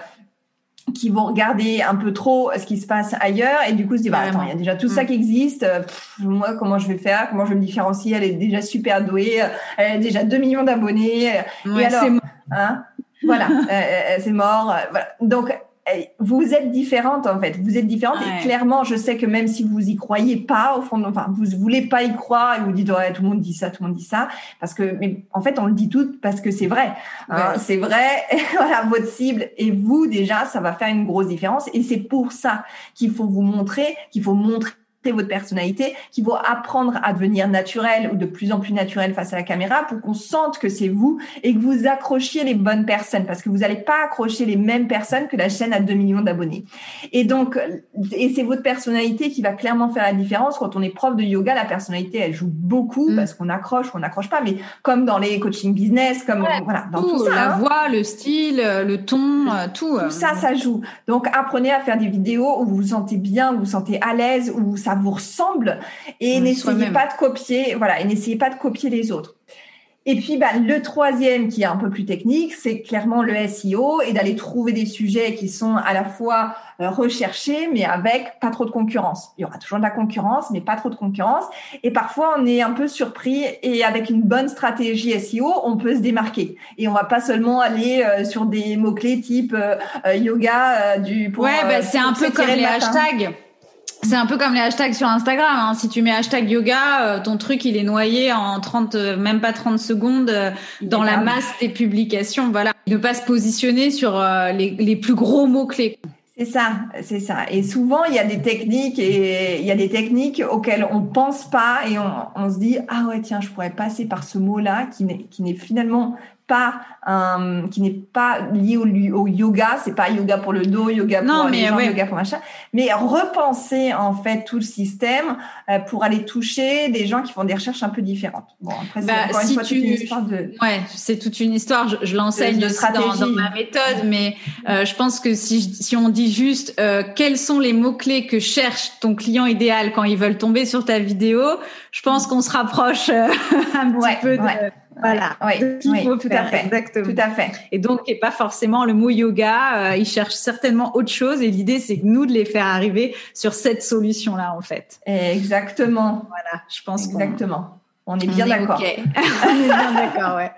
qui vont regarder un peu trop ce qui se passe ailleurs et du coup se disent bah attends, il y a déjà tout mmh. ça qui existe. Pff, moi, comment je vais faire? Comment je vais me différencier? Elle est déjà super douée. Elle a déjà deux millions d'abonnés. Ouais, et alors, c'est mort. Hein, voilà, euh, c'est mort. Voilà. Donc vous êtes différente en fait, vous êtes différente ouais. et clairement je sais que même si vous y croyez pas au fond, enfin vous voulez pas y croire et vous dites ouais tout le monde dit ça, tout le monde dit ça parce que mais en fait on le dit tout parce que c'est vrai, ouais. hein, c'est vrai. Voilà votre cible et vous déjà ça va faire une grosse différence et c'est pour ça qu'il faut vous montrer, qu'il faut montrer votre personnalité, qu'il faut apprendre à devenir naturel ou de plus en plus naturel face à la caméra pour qu'on sente que c'est vous et que vous accrochiez les bonnes personnes parce que vous n'allez pas accrocher les mêmes personnes que la chaîne à deux millions d'abonnés. Et donc, et c'est votre personnalité qui va clairement faire la différence. Quand on est prof de yoga, la personnalité, elle joue beaucoup mmh. parce qu'on accroche ou on n'accroche pas, mais comme dans les coaching business, comme ouais, voilà, dans tout, tout ça. La hein. voix, le style, le ton, tout. Tout ça, ça joue. Donc, apprenez à faire des vidéos où vous vous sentez bien, où vous vous sentez à l'aise, où ça vous ressemble et oui, n'essayez pas de copier, voilà, et n'essayez pas de copier les autres. Et puis, bah, le troisième qui est un peu plus technique, c'est clairement le S E O et d'aller trouver des sujets qui sont à la fois euh, recherchés, mais avec pas trop de concurrence. Il y aura toujours de la concurrence, mais pas trop de concurrence. Et parfois, on est un peu surpris et avec une bonne stratégie S E O, on peut se démarquer. Et on va pas seulement aller euh, sur des mots-clés type euh, euh, yoga euh, du pour, ouais, bah, euh, c'est un peu comme les hashtags. C'est un peu comme les hashtags sur Instagram. Hein. Si tu mets hashtag yoga, euh, ton truc, il est noyé en trente, euh, même pas trente secondes euh, dans la masse des publications. Voilà. Ne pas se positionner sur euh, les, les plus gros mots-clés. C'est ça, c'est ça. Et souvent, il y a des techniques et il y a des techniques auxquelles on pense pas et on, on se dit, ah ouais, tiens, je pourrais passer par ce mot-là qui n'est, qui n'est finalement pas euh, qui n'est pas lié au, au yoga, c'est pas yoga pour le dos, yoga pour non, les mais jambes, ouais. yoga pour machin, mais repenser en fait tout le système euh, pour aller toucher des gens qui font des recherches un peu différentes. Bon après c'est bah, encore si une fois tu... toute une histoire de ouais c'est toute une histoire. Je, je l'enseigne de, de aussi dans, dans ma méthode, mais euh, je pense que si si on dit juste euh, quels sont les mots clés que cherche ton client idéal quand ils veulent tomber sur ta vidéo, je pense qu'on se rapproche euh, un petit ouais, peu de ouais. Voilà, oui, oui tout faire, à fait, exactement. Tout à fait. Et donc, et pas forcément le mot yoga. Euh, ils cherchent certainement autre chose. Et l'idée, c'est que nous de les faire arriver sur cette solution-là, en fait. Exactement. Voilà, je pense. Exactement. On, on est bien on d'accord. Est okay. On est bien d'accord, ouais.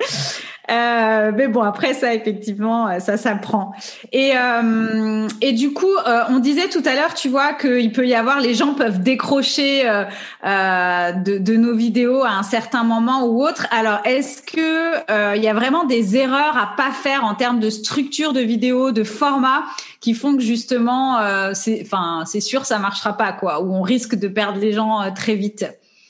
Euh, mais bon, après ça, effectivement, ça s'apprend. Et euh, et du coup, euh, on disait tout à l'heure, tu vois, qu'il peut y avoir, les gens peuvent décrocher euh, euh, de, de nos vidéos à un certain moment ou autre. Alors, est-ce que euh, il y a vraiment des erreurs à pas faire en termes de structure de vidéo, de format, qui font que justement, euh, c'est, enfin, c'est sûr, ça marchera pas, quoi, ou on risque de perdre les gens euh, très vite.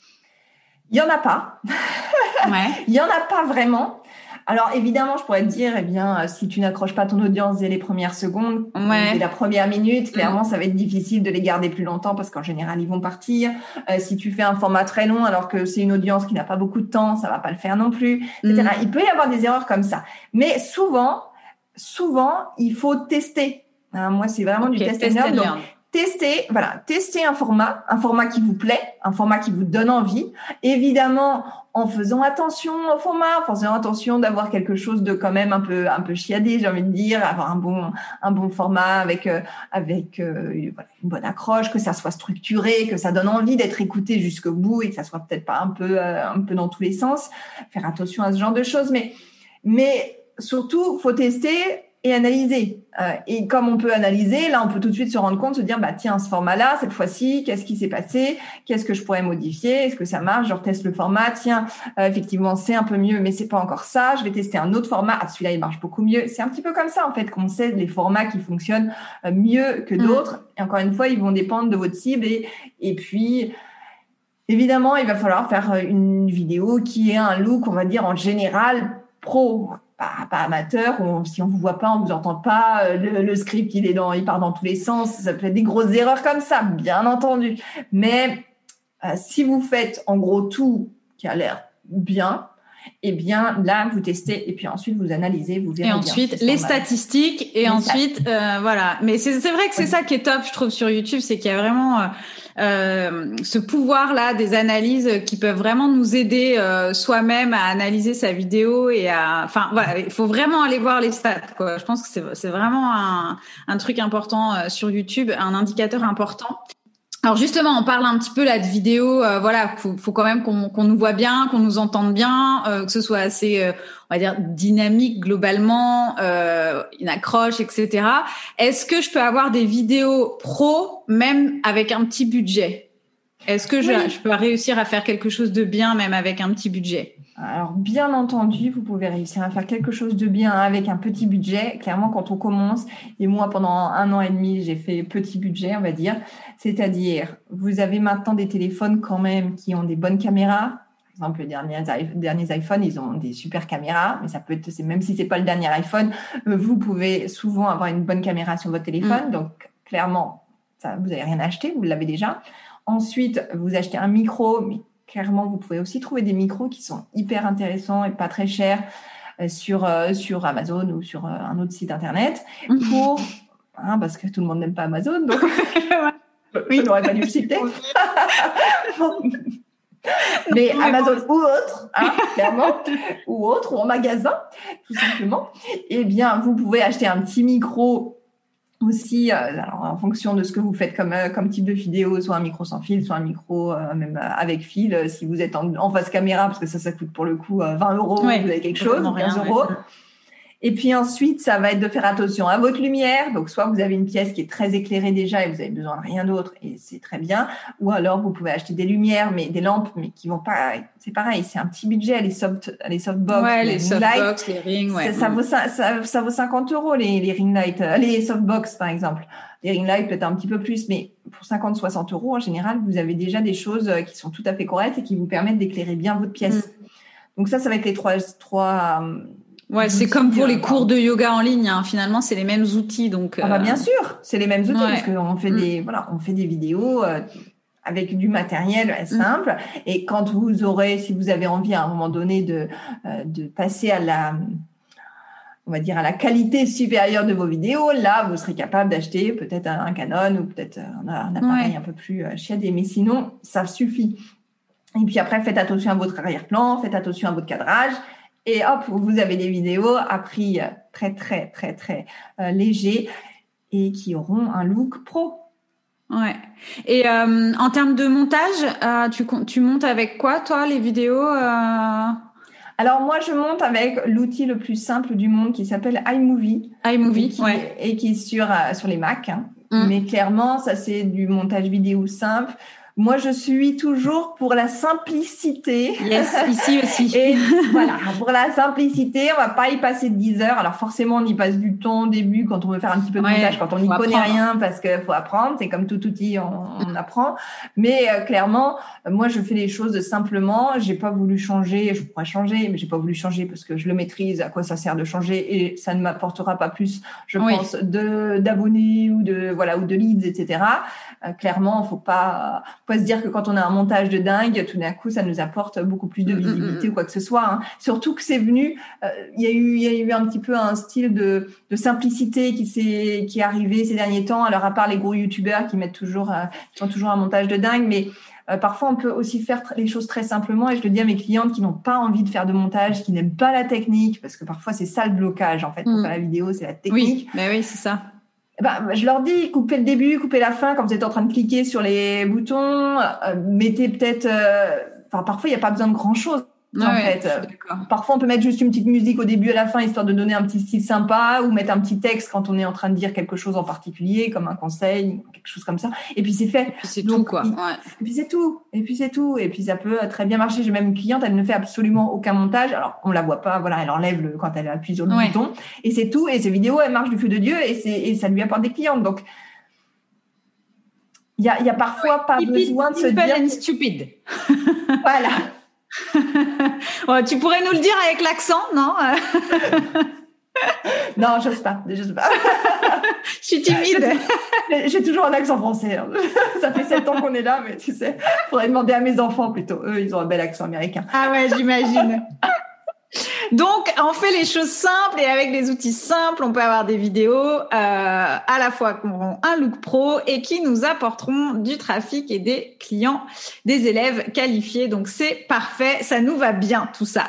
Il y en a pas. Ouais. Il y en a pas vraiment. Alors évidemment, je pourrais te dire, eh bien, si tu n'accroches pas ton audience dès les premières secondes, ouais. dès la première minute, clairement, ça va être difficile de les garder plus longtemps parce qu'en général, ils vont partir. Euh, si tu fais un format très long, alors que c'est une audience qui n'a pas beaucoup de temps, ça va pas le faire non plus, et cetera. Mm. Il peut y avoir des erreurs comme ça, mais souvent, souvent, il faut tester. Hein, moi, c'est vraiment okay, du test and learn. Donc, testez, voilà, testez un format, un format qui vous plaît, un format qui vous donne envie. Évidemment, en faisant attention au format, en faisant attention d'avoir quelque chose de quand même un peu, un peu chiadé, j'ai envie de dire, avoir un bon, un bon format avec, euh, avec euh, une bonne accroche, que ça soit structuré, que ça donne envie d'être écouté jusqu'au bout et que ça soit peut-être pas un peu, euh, un peu dans tous les sens. Faire attention à ce genre de choses, mais, mais surtout, faut tester et analyser. Euh, et comme on peut analyser, là, on peut tout de suite se rendre compte, se dire, bah tiens, ce format-là, cette fois-ci, qu'est-ce qui s'est passé? Qu'est-ce que je pourrais modifier? Est-ce que ça marche? Je reteste le format. Tiens, euh, effectivement, c'est un peu mieux, mais c'est pas encore ça. Je vais tester un autre format. Ah, celui-là, il marche beaucoup mieux. C'est un petit peu comme ça, en fait, qu'on sait les formats qui fonctionnent euh, mieux que d'autres. Mmh. Et encore une fois, ils vont dépendre de votre cible. Et, et puis, évidemment, il va falloir faire une vidéo qui ait un look, on va dire, en général, pro. Pas, pas amateur, on, si on vous voit pas, on vous entend pas, le, le script il est dans, il part dans tous les sens, ça peut être des grosses erreurs comme ça, bien entendu. Mais euh, si vous faites en gros tout qui a l'air bien, eh bien là vous testez et puis ensuite vous analysez, vous verrez. Et ensuite bien, les statistiques et les ensuite euh, voilà. Mais c'est c'est vrai que c'est oui. ça qui est top, je trouve, sur YouTube, c'est qu'il y a vraiment euh, euh, ce pouvoir là des analyses qui peuvent vraiment nous aider euh, soi-même à analyser sa vidéo et à, enfin voilà, il faut vraiment aller voir les stats quoi. Je pense que c'est c'est vraiment un un truc important euh, sur YouTube, un indicateur important. Alors justement, on parle un petit peu là de vidéo, euh, voilà, faut, faut quand même qu'on, qu'on nous voit bien, qu'on nous entende bien, euh, que ce soit assez, euh, on va dire, dynamique globalement, euh, une accroche, et cetera. Est-ce que je peux avoir des vidéos pro même avec un petit budget? Est-ce que je, oui. je peux réussir à faire quelque chose de bien même avec un petit budget? Alors, bien entendu, vous pouvez réussir à faire quelque chose de bien avec un petit budget. Clairement, quand on commence, et moi, pendant un an et demi, j'ai fait petit budget, on va dire. C'est-à-dire, vous avez maintenant des téléphones quand même qui ont des bonnes caméras. Par exemple, les derniers, derniers iPhones, ils ont des super caméras, mais ça peut être, même si c'est pas le dernier iPhone, vous pouvez souvent avoir une bonne caméra sur votre téléphone. Mmh. Donc, clairement, ça, vous n'avez rien acheté, vous l'avez déjà. Ensuite, vous achetez un micro, mais clairement, vous pouvez aussi trouver des micros qui sont hyper intéressants et pas très chers euh, sur, euh, sur Amazon ou sur euh, un autre site internet pour, hein, parce que tout le monde n'aime pas Amazon, donc oui, je n'aurais pas dû le citer. Mais Amazon ou autre, hein, clairement, ou autre, ou en magasin, tout simplement. Eh bien, vous pouvez acheter un petit micro aussi, euh, alors en fonction de ce que vous faites comme euh, comme type de vidéo, soit un micro sans fil, soit un micro euh, même euh, avec fil, euh, si vous êtes en, en face caméra, parce que ça, ça coûte pour le coup euh, vingt euros, ouais, vous avez quelque chose, quinze euros. Ouais. Et puis ensuite, ça va être de faire attention à votre lumière. Donc, soit vous avez une pièce qui est très éclairée déjà et vous avez besoin de rien d'autre et c'est très bien. Ou alors, vous pouvez acheter des lumières, mais des lampes, mais qui vont pas. C'est pareil, c'est un petit budget. Les soft, les softbox, ouais, les, les softbox, les rings, ouais. Ça, ça vaut ça, ça, ça vaut cinquante euros les les ring lights, les softbox par exemple. Les ring lights peut-être un petit peu plus, mais pour cinquante, soixante euros en général, vous avez déjà des choses qui sont tout à fait correctes et qui vous permettent d'éclairer bien votre pièce. Mm. Donc ça, ça va être les trois trois. Ouais, c'est comme pour les cours de yoga en ligne. Hein. Finalement, c'est les mêmes outils, donc. Euh... Ah bah bien sûr, c'est les mêmes outils ouais. parce qu'on fait mmh. des voilà, on fait des vidéos euh, avec du matériel simple. Mmh. Et quand vous aurez, si vous avez envie à un moment donné de euh, de passer à la, on va dire à la qualité supérieure de vos vidéos, là, vous serez capable d'acheter peut-être un, un Canon ou peut-être un, un appareil ouais. un peu plus euh, chiadé. Mais sinon, ça suffit. Et puis après, faites attention à votre arrière-plan, faites attention à votre cadrage. Et hop, vous avez des vidéos à prix très, très, très, très euh, léger et qui auront un look pro. Ouais. Et euh, en termes de montage, euh, tu, tu montes avec quoi, toi, les vidéos euh... Alors, moi, je monte avec l'outil le plus simple du monde qui s'appelle iMovie. iMovie, et qui, ouais. Et qui est sur, euh, sur les Mac. Hein. Mm. Mais clairement, ça, c'est du montage vidéo simple. Moi, je suis toujours pour la simplicité. Yes, ici aussi. Et voilà, pour la simplicité, on va pas y passer dix heures. Alors forcément, on y passe du temps au début quand on veut faire un petit peu de ouais, montage, quand on n'y connaît apprendre. rien, parce qu'il faut apprendre. C'est comme tout outil, on, on apprend. Mais euh, clairement, moi, je fais les choses simplement. J'ai pas voulu changer. Je pourrais changer, mais j'ai pas voulu changer parce que je le maîtrise. À quoi ça sert de changer? Et ça ne m'apportera pas plus, je oui. pense, de d'abonnés ou de voilà ou de leads, et cetera. Euh, clairement, faut pas pas se dire que quand on a un montage de dingue, tout d'un coup, ça nous apporte beaucoup plus de visibilité mmh. ou quoi que ce soit. Hein. Surtout que c'est venu, il euh, y a eu, il y a eu un petit peu un style de, de simplicité qui s'est, qui est arrivé ces derniers temps. Alors à part les gros youtubeurs qui mettent toujours, euh, qui ont toujours un montage de dingue, mais euh, parfois on peut aussi faire les choses très simplement. Et je le dis à mes clientes qui n'ont pas envie de faire de montage, qui n'aiment pas la technique, parce que parfois c'est ça le blocage en fait pour mmh. faire la vidéo, c'est la technique. Oui, bah oui, c'est ça. Ben, je leur dis, coupez le début, coupez la fin quand vous êtes en train de cliquer sur les boutons. Euh, mettez peut-être... Euh, enfin, parfois, il n'y a pas besoin de grand-chose, ah en ouais, fait. Euh, parfois, on peut mettre juste une petite musique au début et à la fin, histoire de donner un petit style sympa, ou mettre un petit texte quand on est en train de dire quelque chose en particulier, comme un conseil, quelque chose comme ça. Et puis, c'est fait. Et puis, c'est Donc, tout, quoi. Il, ouais. Et puis, c'est tout. Et puis, c'est tout. Et puis, ça peut très bien marcher. J'ai même une cliente, elle ne fait absolument aucun montage. Alors, on la voit pas. Voilà, elle enlève le, quand elle appuie sur le ouais. bouton. Et c'est tout. Et ces vidéos, elles marchent du feu de Dieu et, c'est, et ça lui apporte des clientes. Donc, il y a, il y a parfois ouais. pas Keep besoin de se dire... and stupid. Voilà. Ouais, tu pourrais nous le dire avec l'accent, non? Non, j'ose pas, j'ose pas. Je suis timide. J'ai, j'ai toujours un accent français. Hein. Ça fait sept ans qu'on est là, mais tu sais, faudrait demander à mes enfants plutôt. Eux, ils ont un bel accent américain. Ah ouais, j'imagine. Donc, on fait les choses simples et avec des outils simples, on peut avoir des vidéos euh, à la fois qui auront un look pro et qui nous apporteront du trafic et des clients, des élèves qualifiés. Donc, c'est parfait, ça nous va bien tout ça.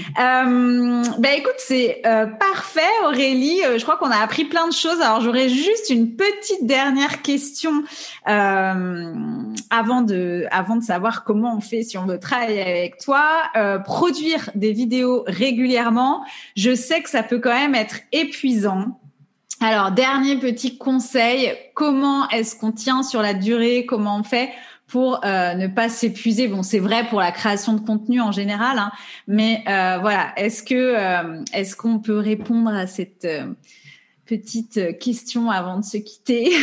Euh, ben écoute, c'est euh, parfait Aurélie. Euh, je crois qu'on a appris plein de choses. Alors, j'aurais juste une petite dernière question euh, avant de avant de savoir comment on fait si on veut travailler avec toi. Euh, produire des vidéos régulièrement, je sais que ça peut quand même être épuisant. Alors, dernier petit conseil, comment est-ce qu'on tient sur la durée? Comment on fait pour euh, ne pas s'épuiser? Bon, c'est vrai pour la création de contenu en général, hein, mais euh, voilà, est-ce que euh, est-ce qu'on peut répondre à cette euh, petite question avant de se quitter?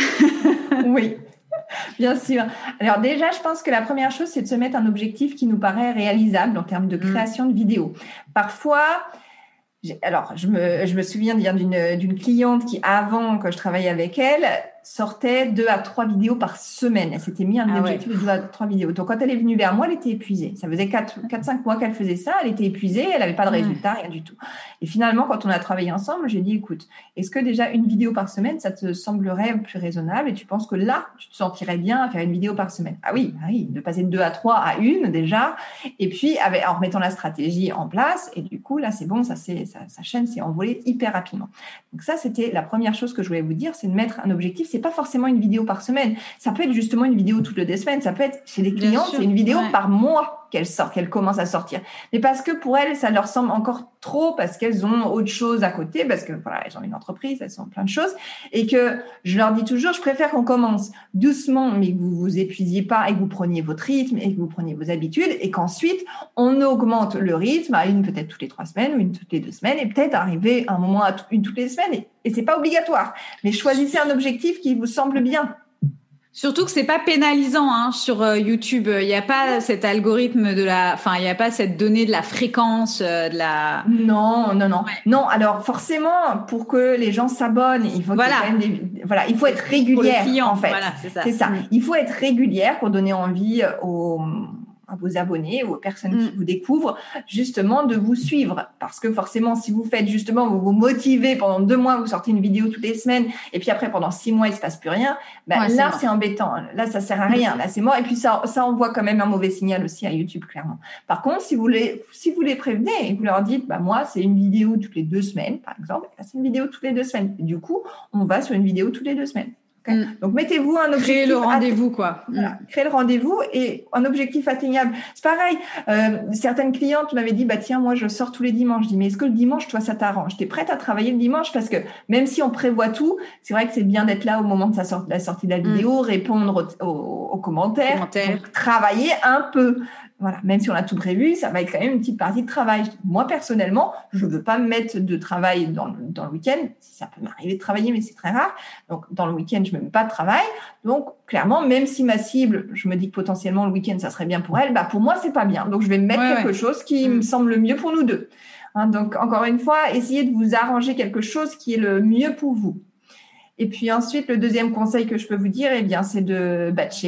Oui. Bien sûr. Alors déjà, je pense que la première chose, c'est de se mettre un objectif qui nous paraît réalisable en termes de création de vidéos. Parfois, j'ai, alors je me, je me souviens d'une, d'une cliente qui, avant que je travaille avec elle, sortait deux à trois vidéos par semaine. Elle s'était mis un ah objectif ouais. de deux à trois vidéos. Donc, quand elle est venue vers moi, elle était épuisée. Ça faisait quatre, quatre, cinq mois qu'elle faisait ça. Elle était épuisée. Elle n'avait pas de résultat, rien du tout. Et finalement, quand on a travaillé ensemble, j'ai dit, écoute, est-ce que déjà une vidéo par semaine, ça te semblerait plus raisonnable? Et tu penses que là, tu te sentirais bien à faire une vidéo par semaine? Ah oui, ah oui, de passer de deux à trois à une déjà. Et puis, avec, en remettant la stratégie en place. Et du coup, là, c'est bon, ça, c'est, ça, sa chaîne s'est envolée hyper rapidement. Donc ça, c'était la première chose que je voulais vous dire, c'est de mettre un objectif. C'est pas forcément une vidéo par semaine. Ça peut être justement une vidéo toutes les deux semaines. Ça peut être chez les clients, c'est une vidéo ouais. par mois qu'elles sortent, qu'elles commencent à sortir. Mais parce que pour elles, ça leur semble encore trop parce qu'elles ont autre chose à côté, parce que voilà, elles ont une entreprise, elles ont plein de choses. Et que je leur dis toujours, je préfère qu'on commence doucement, mais que vous vous épuisiez pas et que vous preniez votre rythme et que vous preniez vos habitudes et qu'ensuite, on augmente le rythme à une peut-être toutes les trois semaines ou une toutes les deux semaines et peut-être arriver à un moment à une toutes les semaines. Et, et c'est pas obligatoire. Mais choisissez un objectif qui vous semble bien. Surtout que c'est pas pénalisant hein, sur euh, YouTube. Il n'y a pas cet algorithme de la, enfin il n'y a pas cette donnée de la fréquence euh, de la. Non, non, non, ouais. non. Alors forcément, pour que les gens s'abonnent, il faut voilà. qu'il y ait quand même des... voilà, il faut être régulière client, en fait. Voilà, c'est ça. C'est ça. Mmh. Il faut être régulière pour donner envie aux à vos abonnés ou aux personnes mmh. qui vous découvrent, justement, de vous suivre. Parce que forcément, si vous faites justement, vous vous motivez pendant deux mois, vous sortez une vidéo toutes les semaines, et puis après, pendant six mois, il se passe plus rien, ben, ouais, là, c'est, c'est embêtant. Là, ça sert à rien. Là, c'est mort. Et puis, ça, ça envoie quand même un mauvais signal aussi à YouTube, clairement. Par contre, si vous les, si vous les prévenez et que vous leur dites, bah, moi, c'est une vidéo toutes les deux semaines, par exemple, là, c'est une vidéo toutes les deux semaines. Et du coup, on va sur une vidéo toutes les deux semaines. Okay. Mm. Donc, mettez-vous un objectif. Créez le rendez-vous, quoi. Mm. Voilà. Créez le rendez-vous et un objectif atteignable. C'est pareil. Euh, certaines clientes m'avaient dit, bah, tiens, moi, je sors tous les dimanches. Je dis, mais est-ce que le dimanche, toi, ça t'arrange? T'es prête à travailler le dimanche? Parce que même si on prévoit tout, c'est vrai que c'est bien d'être là au moment de sa sortie, la sortie de la vidéo, mm. répondre aux, aux, aux commentaires, commentaires. Donc, travailler un peu. Voilà, même si on a tout prévu, ça va être quand même une petite partie de travail. Moi, personnellement, je ne veux pas me mettre de travail dans le, dans le week-end. Ça peut m'arriver de travailler, mais c'est très rare. Donc, dans le week-end, je ne me mets pas de travail. Donc, clairement, même si ma cible, je me dis que potentiellement le week-end, ça serait bien pour elle, bah, pour moi, c'est pas bien. Donc, je vais mettre ouais, quelque ouais. chose qui mmh. me semble le mieux pour nous deux. Hein, donc, encore une fois, essayez de vous arranger quelque chose qui est le mieux pour vous. Et puis ensuite, le deuxième conseil que je peux vous dire, eh bien, c'est de batcher.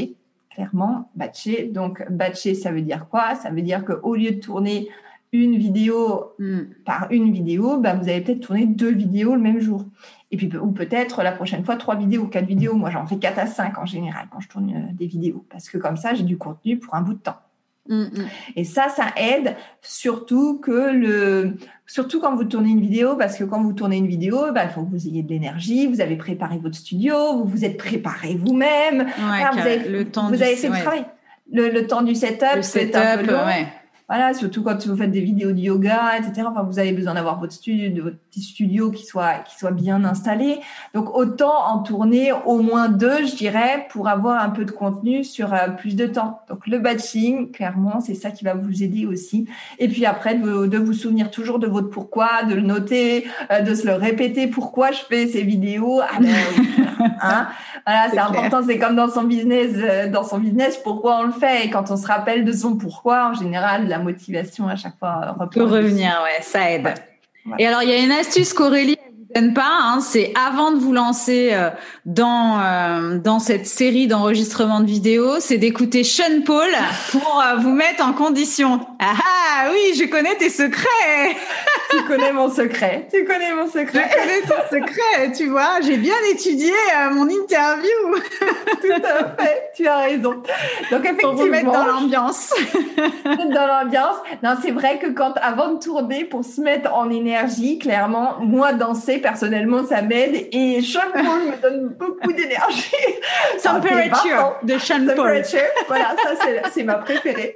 clairement, batcher. Donc, batcher, ça veut dire quoi? Ça veut dire qu'au lieu de tourner une vidéo mm. par une vidéo, bah, vous allez peut-être tourner deux vidéos le même jour. Et puis, ou peut-être la prochaine fois, trois vidéos, quatre vidéos. Moi, j'en fais quatre à cinq en général quand je tourne euh, des vidéos. Parce que comme ça, j'ai du contenu pour un bout de temps. Mm-hmm. Et ça, ça aide surtout que le, surtout quand vous tournez une vidéo, parce que quand vous tournez une vidéo, bah, il faut que vous ayez de l'énergie, vous avez préparé votre studio, vous vous êtes préparé vous-même. Ouais, voilà, vous avez, le temps vous du, avez fait ouais. le travail. Le, le temps du setup, le c'est setup, un peu long. Ouais. Voilà, surtout quand vous faites des vidéos de yoga, et cetera. Enfin, vous avez besoin d'avoir votre studio, de votre petit studio qui soit, qui soit bien installé. Donc, autant en tourner au moins deux, je dirais, pour avoir un peu de contenu sur euh, plus de temps. Donc, le batching, clairement, c'est ça qui va vous aider aussi. Et puis après, de vous, de vous souvenir toujours de votre pourquoi, de le noter, euh, de se le répéter. Pourquoi je fais ces vidéos? Ah ben, hein. Voilà, c'est, c'est important. C'est comme dans son business, euh, dans son business, pourquoi on le fait. Et quand on se rappelle de son pourquoi, en général, la motivation à chaque fois reprend. Peut revenir, ouais, ça aide. Ouais. Ouais. Et alors, il y a une astuce qu'Aurélie ne vous donne pas, hein, c'est avant de vous lancer euh, dans euh, dans cette série d'enregistrement de vidéos, c'est d'écouter Sean Paul pour euh, vous mettre en condition. Ah ah, oui, je connais tes secrets. Tu connais mon secret. Tu connais mon secret. Je connais ton secret, tu vois. J'ai bien étudié euh, mon interview. Tout à fait. Tu as raison. Donc, effectivement. Pour vous mettre dans l'ambiance. Dans l'ambiance. Non, c'est vrai que quand, avant de tourner, pour se mettre en énergie, clairement, moi, danser, personnellement, ça m'aide. Et Sean Paul me donne beaucoup d'énergie. Temperature de Sean Paul. Temperature. Voilà, ça, c'est, c'est ma préférée.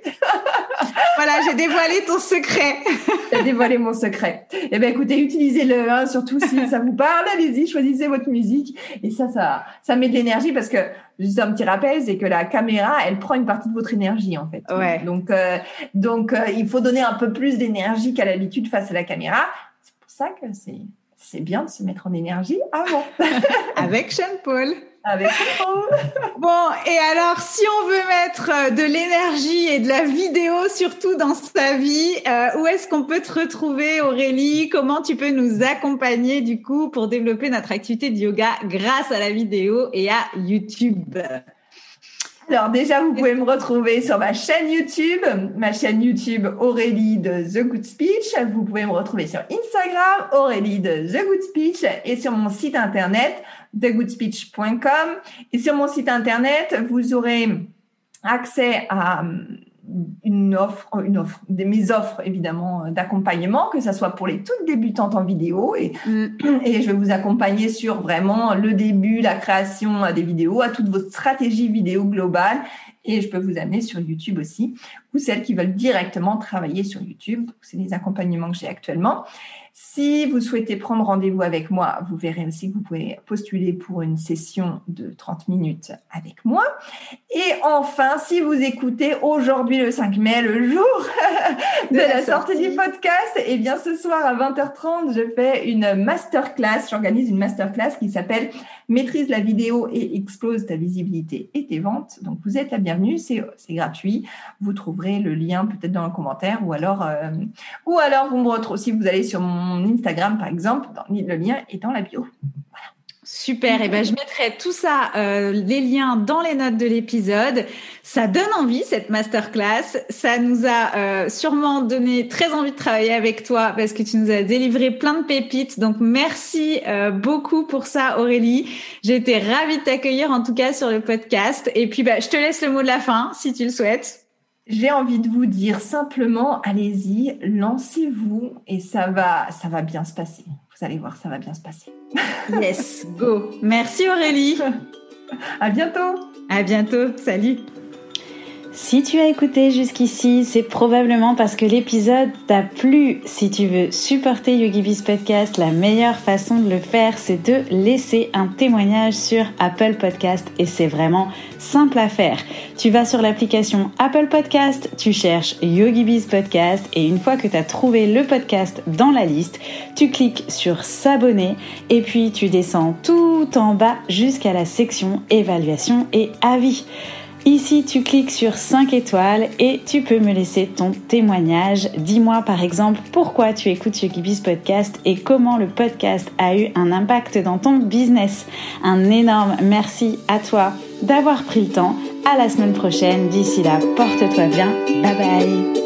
Voilà, j'ai dévoilé ton secret. J'ai dévoilé mon secret. Eh bien, écoutez, utilisez-le, hein, surtout si ça vous parle, allez-y, choisissez votre musique. Et ça, ça, ça met de l'énergie parce que, juste un petit rappel, c'est que la caméra, elle prend une partie de votre énergie, en fait. Ouais. Donc, euh, donc euh, il faut donner un peu plus d'énergie qu'à l'habitude face à la caméra. C'est pour ça que c'est, c'est bien de se mettre en énergie avant. Avec Sean Paul. Avec Sean Paul. Bon, et alors, si on veut mettre de l'énergie et de la vidéo, surtout dans sa vie, euh, où est-ce qu'on peut te retrouver, Aurélie? Comment tu peux nous accompagner, du coup, pour développer notre activité de yoga grâce à la vidéo et à YouTube? Alors déjà, vous pouvez me retrouver sur ma chaîne YouTube, ma chaîne YouTube Aurélie de The Good Speech. Vous pouvez me retrouver sur Instagram, Aurélie de The Good Speech, et sur mon site internet, the good speech point com. Et sur mon site internet, vous aurez accès à une offre, une offre, des, mes offres évidemment d'accompagnement, que ça soit pour les toutes débutantes en vidéo, et, mm. et je vais vous accompagner sur vraiment le début, la création des vidéos, à toute votre stratégie vidéo globale, et je peux vous amener sur YouTube aussi, ou celles qui veulent directement travailler sur YouTube. C'est les accompagnements que j'ai actuellement. Si vous souhaitez prendre rendez-vous avec moi, vous verrez aussi que vous pouvez postuler pour une session de trente minutes avec moi. Et enfin, si vous écoutez aujourd'hui le cinq mai, le jour de, de la, la sortie. sortie du podcast, eh bien ce soir à vingt heures trente, je fais une masterclass. J'organise une masterclass qui s'appelle « Maîtrise la vidéo et explose ta visibilité et tes ventes ». Donc, vous êtes la bienvenue, c'est, c'est gratuit. Vous trouverez le lien peut-être dans le commentaire, ou alors, euh, ou alors vous me retrouvez, si vous allez sur mon Instagram, par exemple, dans, le lien est dans la bio. Voilà. Super. Et ben, je mettrai tout ça, euh, les liens dans les notes de l'épisode. Ça donne envie, cette masterclass. Ça nous a euh, sûrement donné très envie de travailler avec toi parce que tu nous as délivré plein de pépites. Donc, merci euh, beaucoup pour ça, Aurélie. J'ai été ravie de t'accueillir, en tout cas, sur le podcast. Et puis, bah, je te laisse le mot de la fin, si tu le souhaites. J'ai envie de vous dire simplement, allez-y, lancez-vous et ça va, ça va bien se passer. Vous allez voir, ça va bien se passer. Yes, go. Merci Aurélie. À bientôt. À bientôt. Salut. Si tu as écouté jusqu'ici, c'est probablement parce que l'épisode t'a plu. Si tu veux supporter YogiBiz Podcast, la meilleure façon de le faire, c'est de laisser un témoignage sur Apple Podcast, et c'est vraiment simple à faire. Tu vas sur l'application Apple Podcast, tu cherches YogiBiz Podcast, et une fois que tu as trouvé le podcast dans la liste, tu cliques sur s'abonner et puis tu descends tout en bas jusqu'à la section évaluation et avis. Ici, tu cliques sur cinq étoiles et tu peux me laisser ton témoignage. Dis-moi par exemple pourquoi tu écoutes YogiBiz Podcast et comment le podcast a eu un impact dans ton business. Un énorme merci à toi d'avoir pris le temps à la semaine prochaine. D'ici là, porte-toi bien. Bye bye.